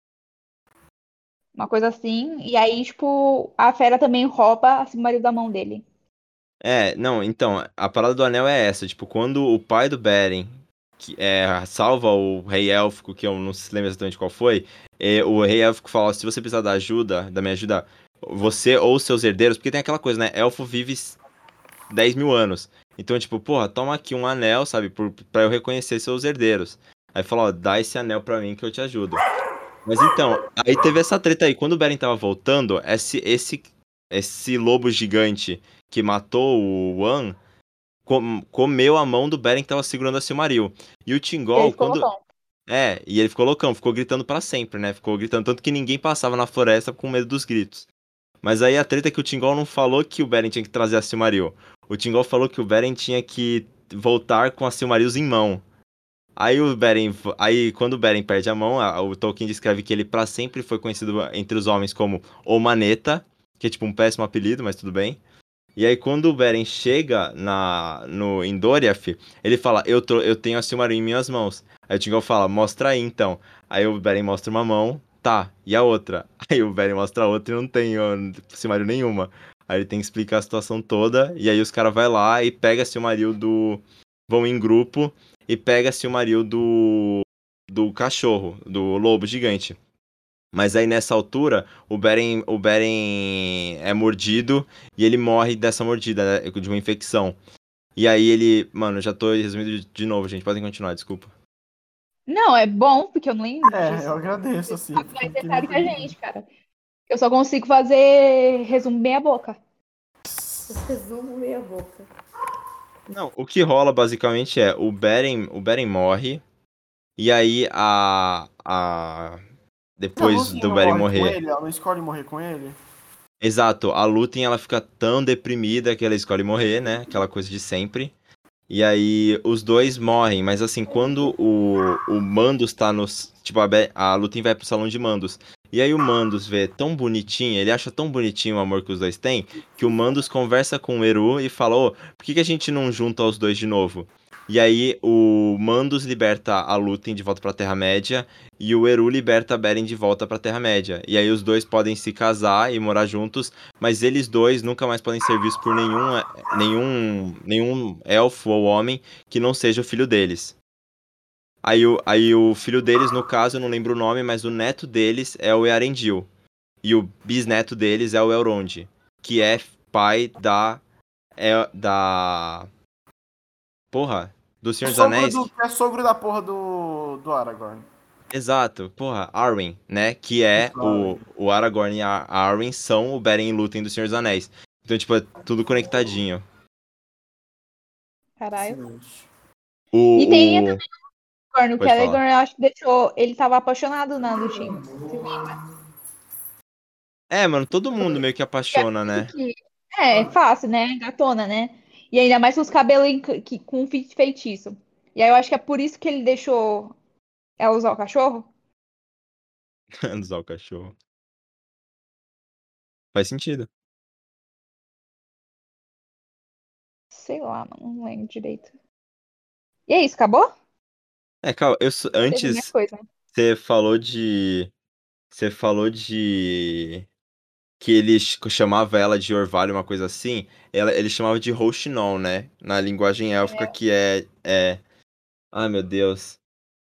Uma coisa assim. E aí, tipo, a fera também rouba a marido da mão dele. É, não, então, a parada do anel é essa, tipo, quando o pai do Beren salva o rei élfico, que eu não se lembro exatamente qual foi, o rei élfico fala, se você precisar da ajuda, da minha ajuda, você ou seus herdeiros, porque tem aquela coisa, né, elfo vive 10 mil anos, então, tipo, porra, toma aqui um anel, sabe, pra eu reconhecer seus herdeiros. Aí fala, ó, dá esse anel pra mim que eu te ajudo. Mas então, aí teve essa treta aí. Quando o Beren tava voltando, esse lobo gigante que matou o Wan comeu a mão do Beren que tava segurando a Silmaril. E o E ele Thingol, ficou quando. loucão. E ele ficou loucão, ficou gritando pra sempre, né? Ficou gritando tanto que ninguém passava na floresta com medo dos gritos. Mas aí a treta é que o Thingol não falou que o Beren tinha que trazer a Silmaril. O Thingol falou que o Beren tinha que voltar com a Silmarils em mão. Aí quando o Beren perde a mão, o Tolkien descreve que ele pra sempre foi conhecido entre os homens como o Maneta, que é tipo um péssimo apelido, mas tudo bem. E aí quando o Beren chega em Doriath, ele fala, eu tenho a Silmaril em minhas mãos. Aí o Thingol fala, mostra aí então. Aí o Beren mostra uma mão, tá, e a outra? Aí o Beren mostra a outra e não tem Silmaril nenhuma. Aí ele tem que explicar a situação toda, e aí os caras vai lá e pega a Silmaril vão em grupo e pega a Silmaril do cachorro, do lobo gigante. Mas aí nessa altura, o Beren é mordido e ele morre dessa mordida, né, de uma infecção. E aí ele. Mano, já tô resumindo de novo, gente. Podem continuar, desculpa. Não, é bom, porque eu não lembro Eu disso. agradeço, Você assim, sabe porque eu mais fiquei meio detalhe que a perdido. gente, cara. Eu só consigo fazer resumo meia boca. Resumo meia boca. Não, o que rola basicamente é o Beren morre. E aí E a depois Lúthien do não Beren morre com morrer. ele? Ela não escolhe morrer com ele? Exato, a Lúthien ela fica tão deprimida que ela escolhe morrer, né? Aquela coisa de sempre. E aí os dois morrem, mas assim, quando o Mandos tá nos. Tipo, a Lúthien vai pro salão de Mandos. E aí o Mandos vê tão bonitinho, ele acha tão bonitinho o amor que os dois têm, que o Mandos conversa com o Eru e fala, ô, por que que a gente não junta os dois de novo? E aí o Mandos liberta a Lúthien de volta pra Terra-média e o Eru liberta a Beren de volta pra Terra-média. E aí os dois podem se casar e morar juntos, mas eles dois nunca mais podem ser vistos por nenhum elfo ou homem que não seja o filho deles. Aí o filho deles, no caso, eu não lembro o nome, mas o neto deles é o Earendil. E o bisneto deles é o Elrond, que é pai da... Porra, do Senhor dos Anéis. É sogro da porra do Aragorn. Exato, porra, Arwen, né? Que é o Aragorn e a Arwen são o Beren e Lúthien do Senhor dos Anéis. Então, tipo, é tudo conectadinho. Caralho. Excelente. E tem O... Aragorn, que Pode falar. Aragorn eu acho que deixou. Ele tava apaixonado na Lúthien. Você lembra? É, mano, todo mundo meio que Que é apaixona, por isso né? que. É fácil, né? Gatona, né? E ainda mais com os cabelos com feitiço. E aí eu acho que é por isso que ele deixou ela usar o cachorro. Usar o cachorro. Faz sentido. Sei lá, mano, não lembro direito. E é isso, acabou? É, calma, Teve mais antes coisa. você falou de. Você falou de. Que ele chamava ela de Orvalho, uma coisa assim. Ele chamava de Rouxinol, né? Na linguagem élfica, É. que é. Ai, meu Deus.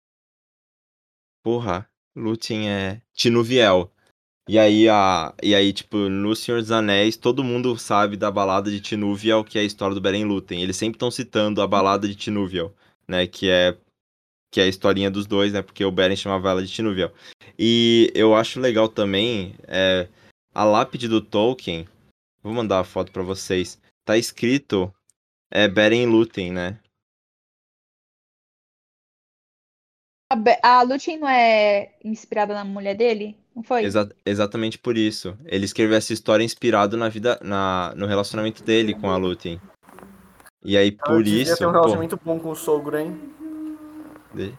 Porra. Lúthien é. Tinuviel. E aí, tipo, no Senhor dos Anéis, todo mundo sabe da balada de Tinuviel, que é a história do Beren e Lúthien. Eles sempre estão citando a balada de Tinuviel, né? Que é a historinha dos dois, né? Porque o Beren chamava ela de Tinuviel. E eu acho legal também a lápide do Tolkien. Vou mandar a foto pra vocês. Tá escrito Beren e Lúthien, né? A Lúthien não é inspirada na mulher dele? Não foi? Exatamente por isso. Ele escreveu essa história inspirado no relacionamento dele com a Lúthien. E aí, Ela por devia ter um isso, pô. relacionamento bom com o sogro, hein? de-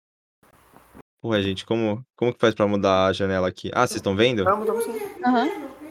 Porra, gente, como que faz pra mudar a janela aqui? Ah, vocês estão vendo? Vamos sim. Aham.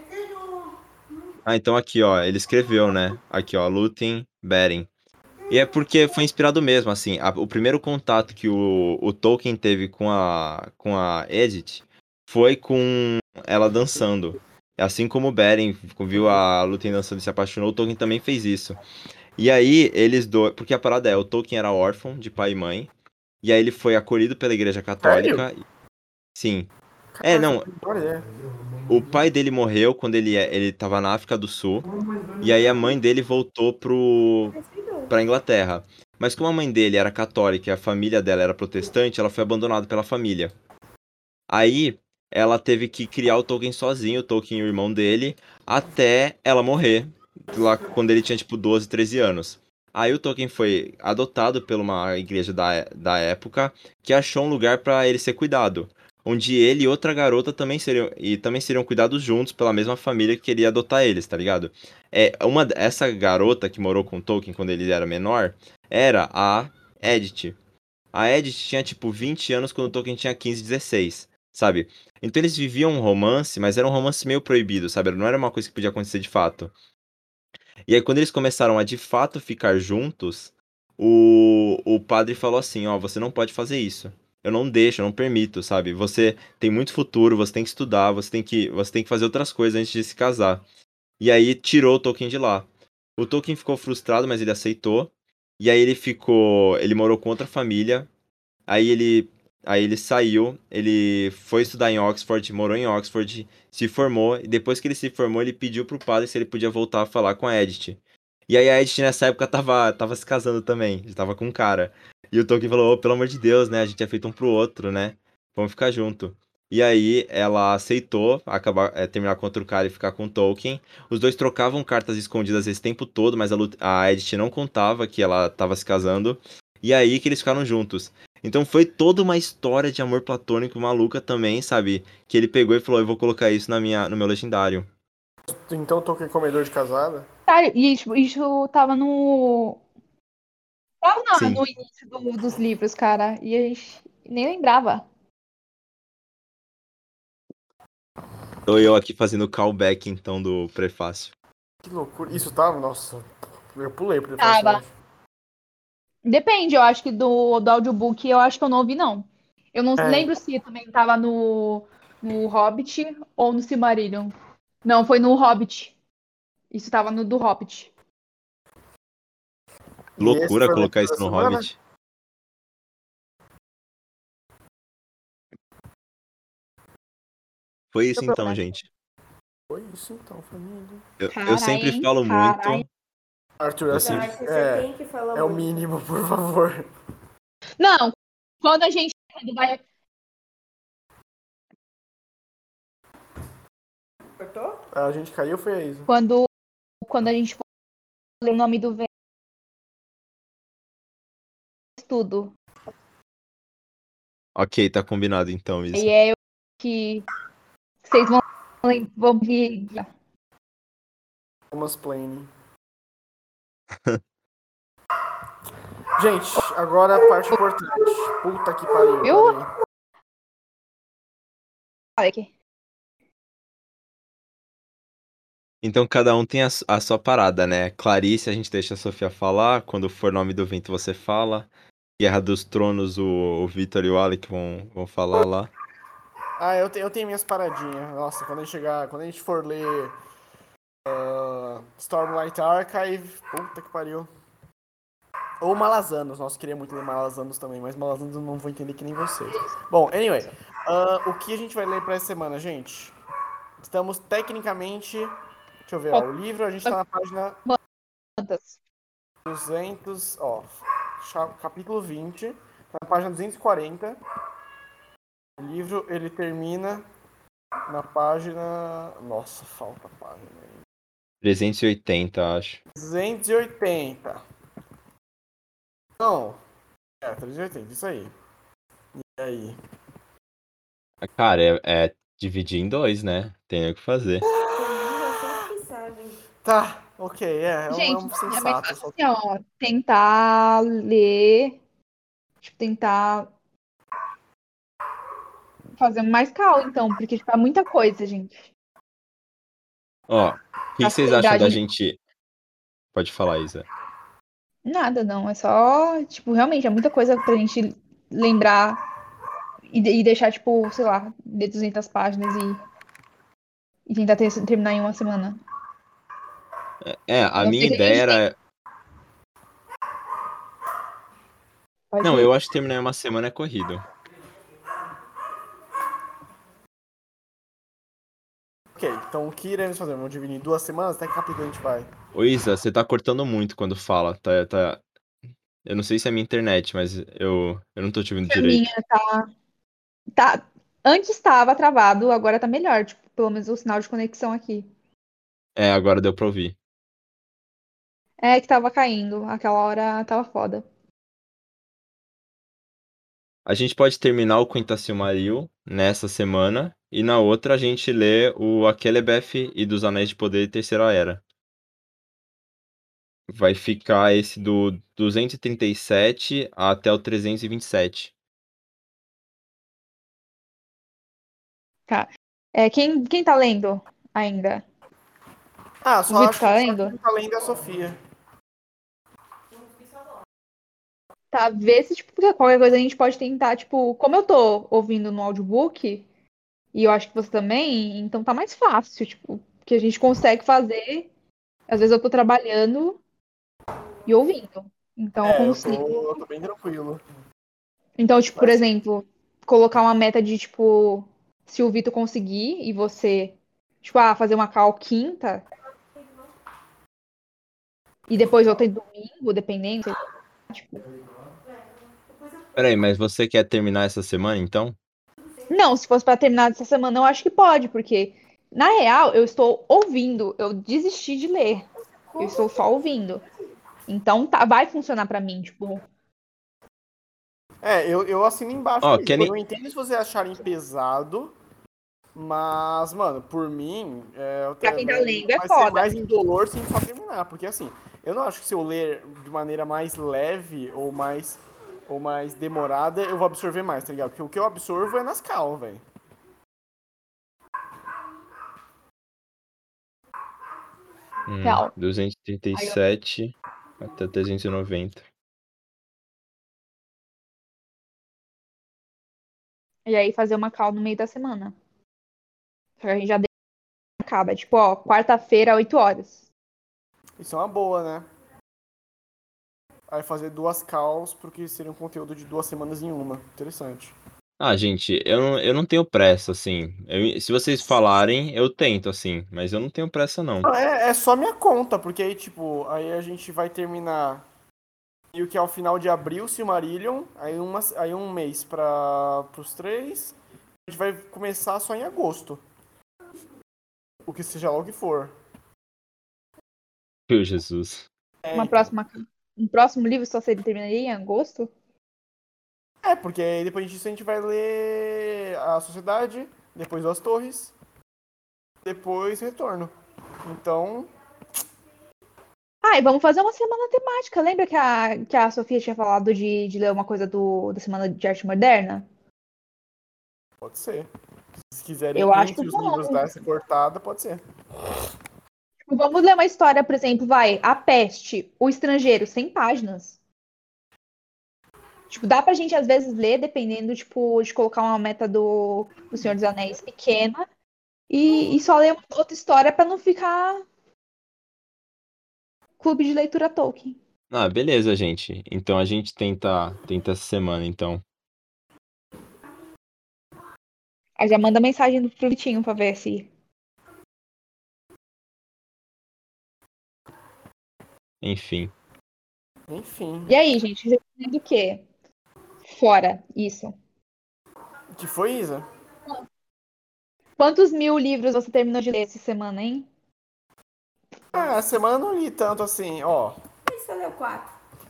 Ah, então aqui, ó, ele escreveu, né? Aqui, ó, Lúthien Beren. E é porque foi inspirado mesmo, assim. O primeiro contato que o Tolkien teve com a Edith foi com ela dançando. Assim como o Beren viu a Lúthien dançando e se apaixonou, o Tolkien também fez isso. E aí, eles dois. Porque a parada o Tolkien era órfão de pai e mãe. E aí ele foi acolhido pela Igreja Sério? Católica. Sim. É, Cara, não. olha. O pai dele morreu quando ele tava na África do Sul. E aí a mãe dele voltou pra Inglaterra. Mas como a mãe dele era católica e a família dela era protestante, ela foi abandonada pela família. Aí ela teve que criar o Tolkien sozinho, o Tolkien e o irmão dele, até ela morrer, lá quando ele tinha tipo 12, 13 anos. Aí o Tolkien foi adotado por uma igreja da época que achou um lugar para ele ser cuidado, onde ele e outra garota também seriam cuidados juntos pela mesma família que queria adotar eles, tá ligado? Essa garota que morou com o Tolkien quando ele era menor era a Edith. A Edith tinha tipo 20 anos quando o Tolkien tinha 15, 16, sabe? Então eles viviam um romance, mas era um romance meio proibido, sabe? Não era uma coisa que podia acontecer de fato. E aí quando eles começaram a de fato ficar juntos, o padre falou assim, ó, você não pode fazer isso. Eu não deixo, eu não permito, sabe? Você tem muito futuro, você tem que estudar, você tem que fazer outras coisas antes de se casar. E aí tirou o Tolkien de lá. O Tolkien ficou frustrado, mas ele aceitou. E aí ele morou com outra família. Aí ele, aí ele saiu, ele foi estudar em Oxford, morou em Oxford, se formou, e depois que ele se formou, ele pediu pro padre se ele podia voltar a falar com a Edith. E aí a Edith nessa época tava se casando também, tava com um cara. E o Tolkien falou, pelo amor de Deus, né, a gente é feito um pro outro, né, vamos ficar junto. E aí ela aceitou terminar com outro cara e ficar com o Tolkien. Os dois trocavam cartas escondidas esse tempo todo, mas a Edith não contava que ela tava se casando. E aí que eles ficaram juntos. Então foi toda uma história de amor platônico maluca também, sabe? Que ele pegou e falou, eu vou colocar isso no meu legendário. Então eu tô com comedor de casada? Tá, e isso tava no. Tava Sim. no início dos livros, cara. E a gente nem lembrava. Tô eu aqui fazendo o callback, então, do prefácio. Que loucura. Isso tava, nossa, eu pulei pro Tava. prefácio. Depende, eu acho que do audiobook eu acho que eu não ouvi, não. Eu não É. lembro se também tava no Hobbit ou no Silmarillion. Não, foi no Hobbit. Isso tava no do Hobbit. E esse Loucura foi a colocar leitura isso da no semana? Hobbit. Foi isso então, gente. Foi isso então, família. Eu sempre Carai, falo carai. muito. Arthur, Eu assim, sempre... Darcy, você tem que falar é o muito. mínimo, por favor. Não, quando a gente vai. Cortou? A gente caiu, foi a Isa. Quando a gente for ler o nome do velho, tudo. Ok, tá combinado então, isso. E é eu que vocês vão vir. Thomas Plane. Gente, agora a parte importante. Puta que pariu, Viu? peraí. Olha aqui. Então cada um tem a sua parada, né? Clarice, a gente deixa a Sofia falar. Quando for Nome do Vento, você fala. Guerra dos Tronos, o Vitor e o Alec vão falar lá. Ah, eu tenho minhas paradinhas. Nossa, quando a gente for ler Stormlight Archive, puta que pariu. Ou Malazanos, nossa, queria muito ler Malazanos também, mas Malazanos eu não vou entender que nem vocês. Bom, anyway, o que a gente vai ler pra essa semana, gente? Estamos tecnicamente, deixa eu ver, ó, o livro a gente tá na página Quantas? 200, ó, capítulo 20, tá na página 240. O livro, ele termina na página, nossa, falta página aí. 380, acho. 280. Não, 380, isso aí. E aí? Cara, é dividir em dois, né? Tem o que fazer. Vocês que sabem. Tá, ok, é Gente, um é mais sensato. fácil assim, ó. Tentar ler. Tipo, tentar fazer mais calma, então, porque tipo, é muita coisa, gente. Ó, o que Pra se vocês acham lembrar da de gente... Pode falar, Isa. nada, não. É só, tipo, realmente, é muita coisa pra gente lembrar e deixar, tipo, sei lá, ler 200 páginas e tentar terminar em uma semana. A A não minha ser que a ideia gente tenha. era... Pode Não, ir. eu acho que terminar em uma semana é corrido. Ok, então o que iremos fazer? Vamos dividir em 2 semanas? Até que capítulo a gente vai? Ô, Isa, você tá cortando muito quando fala. Tá... Eu não sei se é minha internet, mas eu não tô te ouvindo A minha direito. tá. Antes estava travado, agora tá melhor. Tipo, pelo menos o sinal de conexão aqui. É, agora deu pra ouvir. É que tava caindo. Aquela hora tava foda. A gente pode terminar o Quinta Silmaril nessa semana, e na outra a gente lê o Aquelebeth e dos Anéis de Poder e Terceira Era. Vai ficar esse do 237 até o 327. Tá. Quem tá lendo ainda? Ah, O só Vitor acho tá que só lendo? quem tá lendo é a Sofia. Tá, vê se, tipo, qualquer coisa a gente pode tentar, tipo, como eu tô ouvindo no audiobook, e eu acho que você também, então tá mais fácil, tipo, que a gente consegue fazer. Às vezes eu tô trabalhando e ouvindo. Então eu É, consigo. eu tô bem tranquilo. Então, tipo, por Mas, exemplo, colocar uma meta de, tipo, se o Vitor conseguir e você, tipo, fazer uma call quinta e depois outra domingo, dependendo, sei lá, tipo. Peraí, mas você quer terminar essa semana, então? Não, se fosse pra terminar essa semana, eu acho que pode, porque na real eu estou ouvindo, eu desisti de ler. Eu estou só ouvindo. Então tá, vai funcionar pra mim, tipo. eu assino embaixo Ó, aí. Tipo, eu querem... não entendo se vocês acharem pesado, mas, mano, por mim, Pra quem tá lendo é vai ser foda. mais indolor se a gente só terminar. Porque, assim, eu não acho que se eu ler de maneira mais leve ou mais demorada, eu vou absorver mais, tá ligado? Porque o que eu absorvo é nas cal, velho. Real. 237 até 390. E aí fazer uma call no meio da semana. Só que a gente já acaba. Tipo, ó, quarta-feira, 8 horas. Isso é uma boa, né? Aí fazer 2 calls, porque seria um conteúdo de 2 semanas em uma. Interessante. Ah, gente, eu não tenho pressa, assim. Se vocês falarem, eu tento, assim. Mas eu não tenho pressa, não. É só minha conta, porque aí, tipo, aí a gente vai terminar meio que ao final de abril, Silmarillion, aí um mês pros 3. A gente vai começar só em agosto. O que seja lá o que for. Meu Jesus. Uma Então. próxima, um próximo livro só seria terminaria em agosto? Porque aí depois disso a gente vai ler A Sociedade, depois As Torres, depois Retorno. Então, Ah, e vamos fazer uma semana temática. Lembra que a Sofia tinha falado de ler uma coisa da Semana de Arte Moderna? pode ser. Se quiserem, Eu acho entre os livros bom. dar essa cortada, pode ser. Tipo, vamos ler uma história, por exemplo, vai, A Peste, O Estrangeiro, 100 páginas. Tipo, dá pra gente, às vezes, ler, dependendo, tipo, de colocar uma meta do Senhor dos Anéis pequena e só ler uma outra história pra não ficar clube de leitura Tolkien. Ah, beleza, gente. Então a gente tenta essa semana, então. Aí já manda mensagem pro Vitinho pra ver se. Enfim. Enfim. E aí, gente, vocês estão lendo o quê? Fora isso. Que foi, Isa? Quantos mil livros você terminou de ler essa semana, hein? Ah, a semana eu não li tanto assim, ó. Por que você leu 4?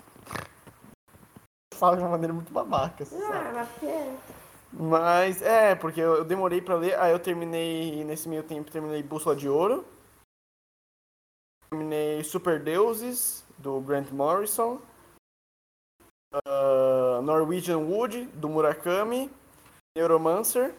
Fala de uma maneira muito babaca, você sabe? Ah, mas porque... Mas, porque eu demorei pra ler, aí eu terminei, nesse meio tempo, terminei Bússola de Ouro. Terminei Super Deuses, do Grant Morrison. Norwegian Wood, do Murakami. Neuromancer.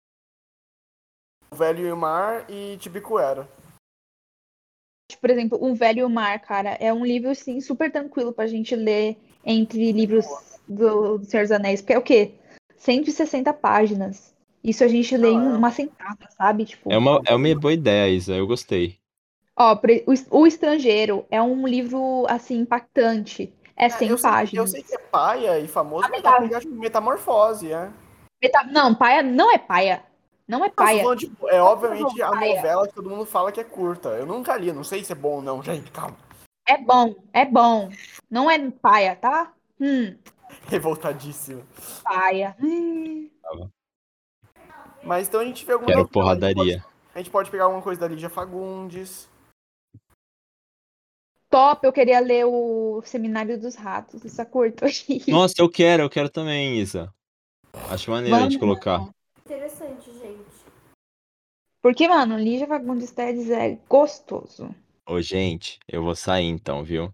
O Velho e o Mar e Tibicuera. Por exemplo, Um Velho e o Mar, cara, é um livro, assim, super tranquilo pra gente ler entre livros do Senhor dos Anéis, porque é o quê? 160 páginas. Isso a gente lê em uma sentada, sabe? Tipo, É uma boa ideia, Isa. Eu gostei. ó, O Estrangeiro é um livro, assim, impactante. É 100 Eu sei que é páginas. paia e famoso por Amigável. pegar tipo, Metamorfose, Não, paia não é paia. Não é Não, tô paia. falando, tipo, obviamente a Paia. novela que todo mundo fala que é curta. Eu nunca li, não sei se é bom ou não, gente, calma. É bom, é bom. Não é paia, tá? Revoltadíssimo. Paia. Mas então a gente vê alguma Quero novela. porradaria. A gente pode pegar alguma coisa da Lígia Fagundes. Top, eu queria ler o Seminário dos Ratos, isso é curto. Nossa, eu quero também, Isa. Acho maneiro a gente Vamos, colocar. Interessante, gente. porque, mano, Lígia Fagundes Telles é gostoso. Ô, gente, eu vou sair então, viu?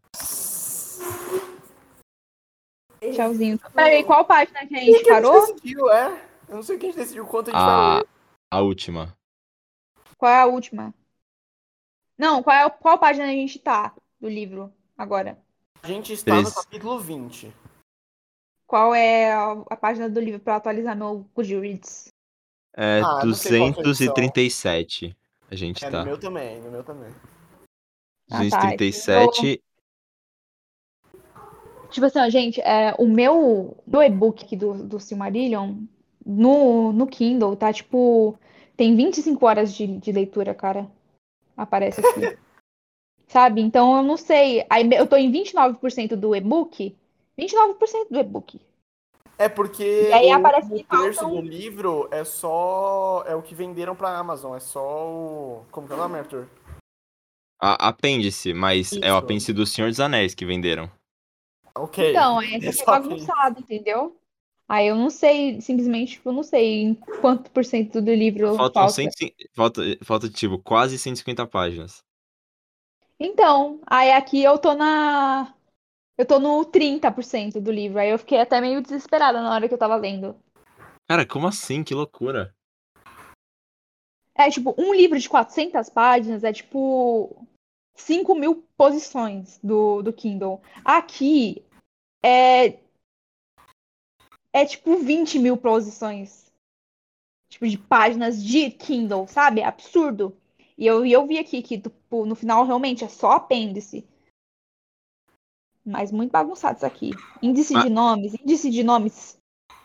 Tchauzinho. Peraí, qual página que a O gente que a gente parou? decidiu, Eu não sei o que a gente decidiu, quanto a gente vai ler. A última. Qual é a última? Não, qual página a gente tá do livro agora? A gente está no 13. capítulo 20. Qual é a página do livro pra atualizar meu Goodreads? É Não sei qual é a sua edição. 237. A gente No tá. meu também, no meu também. Ah, tá. 237. Tipo assim, ó, gente, o meu e-book aqui do Silmarillion no Kindle tá tipo. Tem 25 horas de leitura, cara. Aparece aqui. Sabe? Então eu não sei. Aí eu tô em 29% do e-book. 29% do e-book. É E porque aí o aparece último que terço do faltam. livro é só. É o que venderam pra Amazon. É só o. Como que é o nome, Arthur? Apêndice, mas é o Isso. apêndice do Senhor dos Anéis que venderam. Ok. Então, esse É aqui é só apêndice. bagunçado, entendeu? Aí eu não sei, simplesmente, tipo, eu não sei em quanto por cento do livro Faltam falta. 150, falta tipo quase 150 páginas. Então, aí aqui eu tô na. Eu tô no 30% do livro. Aí eu fiquei até meio desesperada na hora que eu tava lendo. Cara, como assim? Que loucura. É tipo, um livro de 400 páginas é tipo. 5.000 posições do Kindle. Aqui é tipo 20.000 posições. Tipo, de páginas de Kindle, sabe? É absurdo. E eu vi aqui que tipo, no final realmente é só apêndice. Mas muito bagunçado isso aqui. Índice Ah, de nomes, índice de nomes.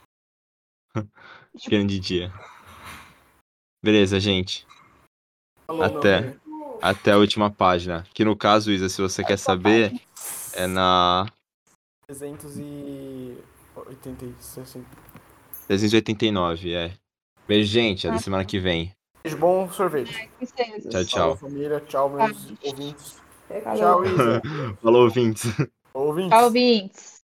Tipo, grande dia. Beleza, gente. Falou, meu Até, rei. até a última página. Que no caso, Isa, se você quer saber, é na 380 389, é. Beijo, gente. Até semana que vem. Beijo, bom sorvete. Tchau, princesas. Falou, tchau. família. Tchau, Tá. meus ouvintes. Falou. Tchau, Isa. Falou, ouvintes. Tchau, Ouvintes. ouvintes.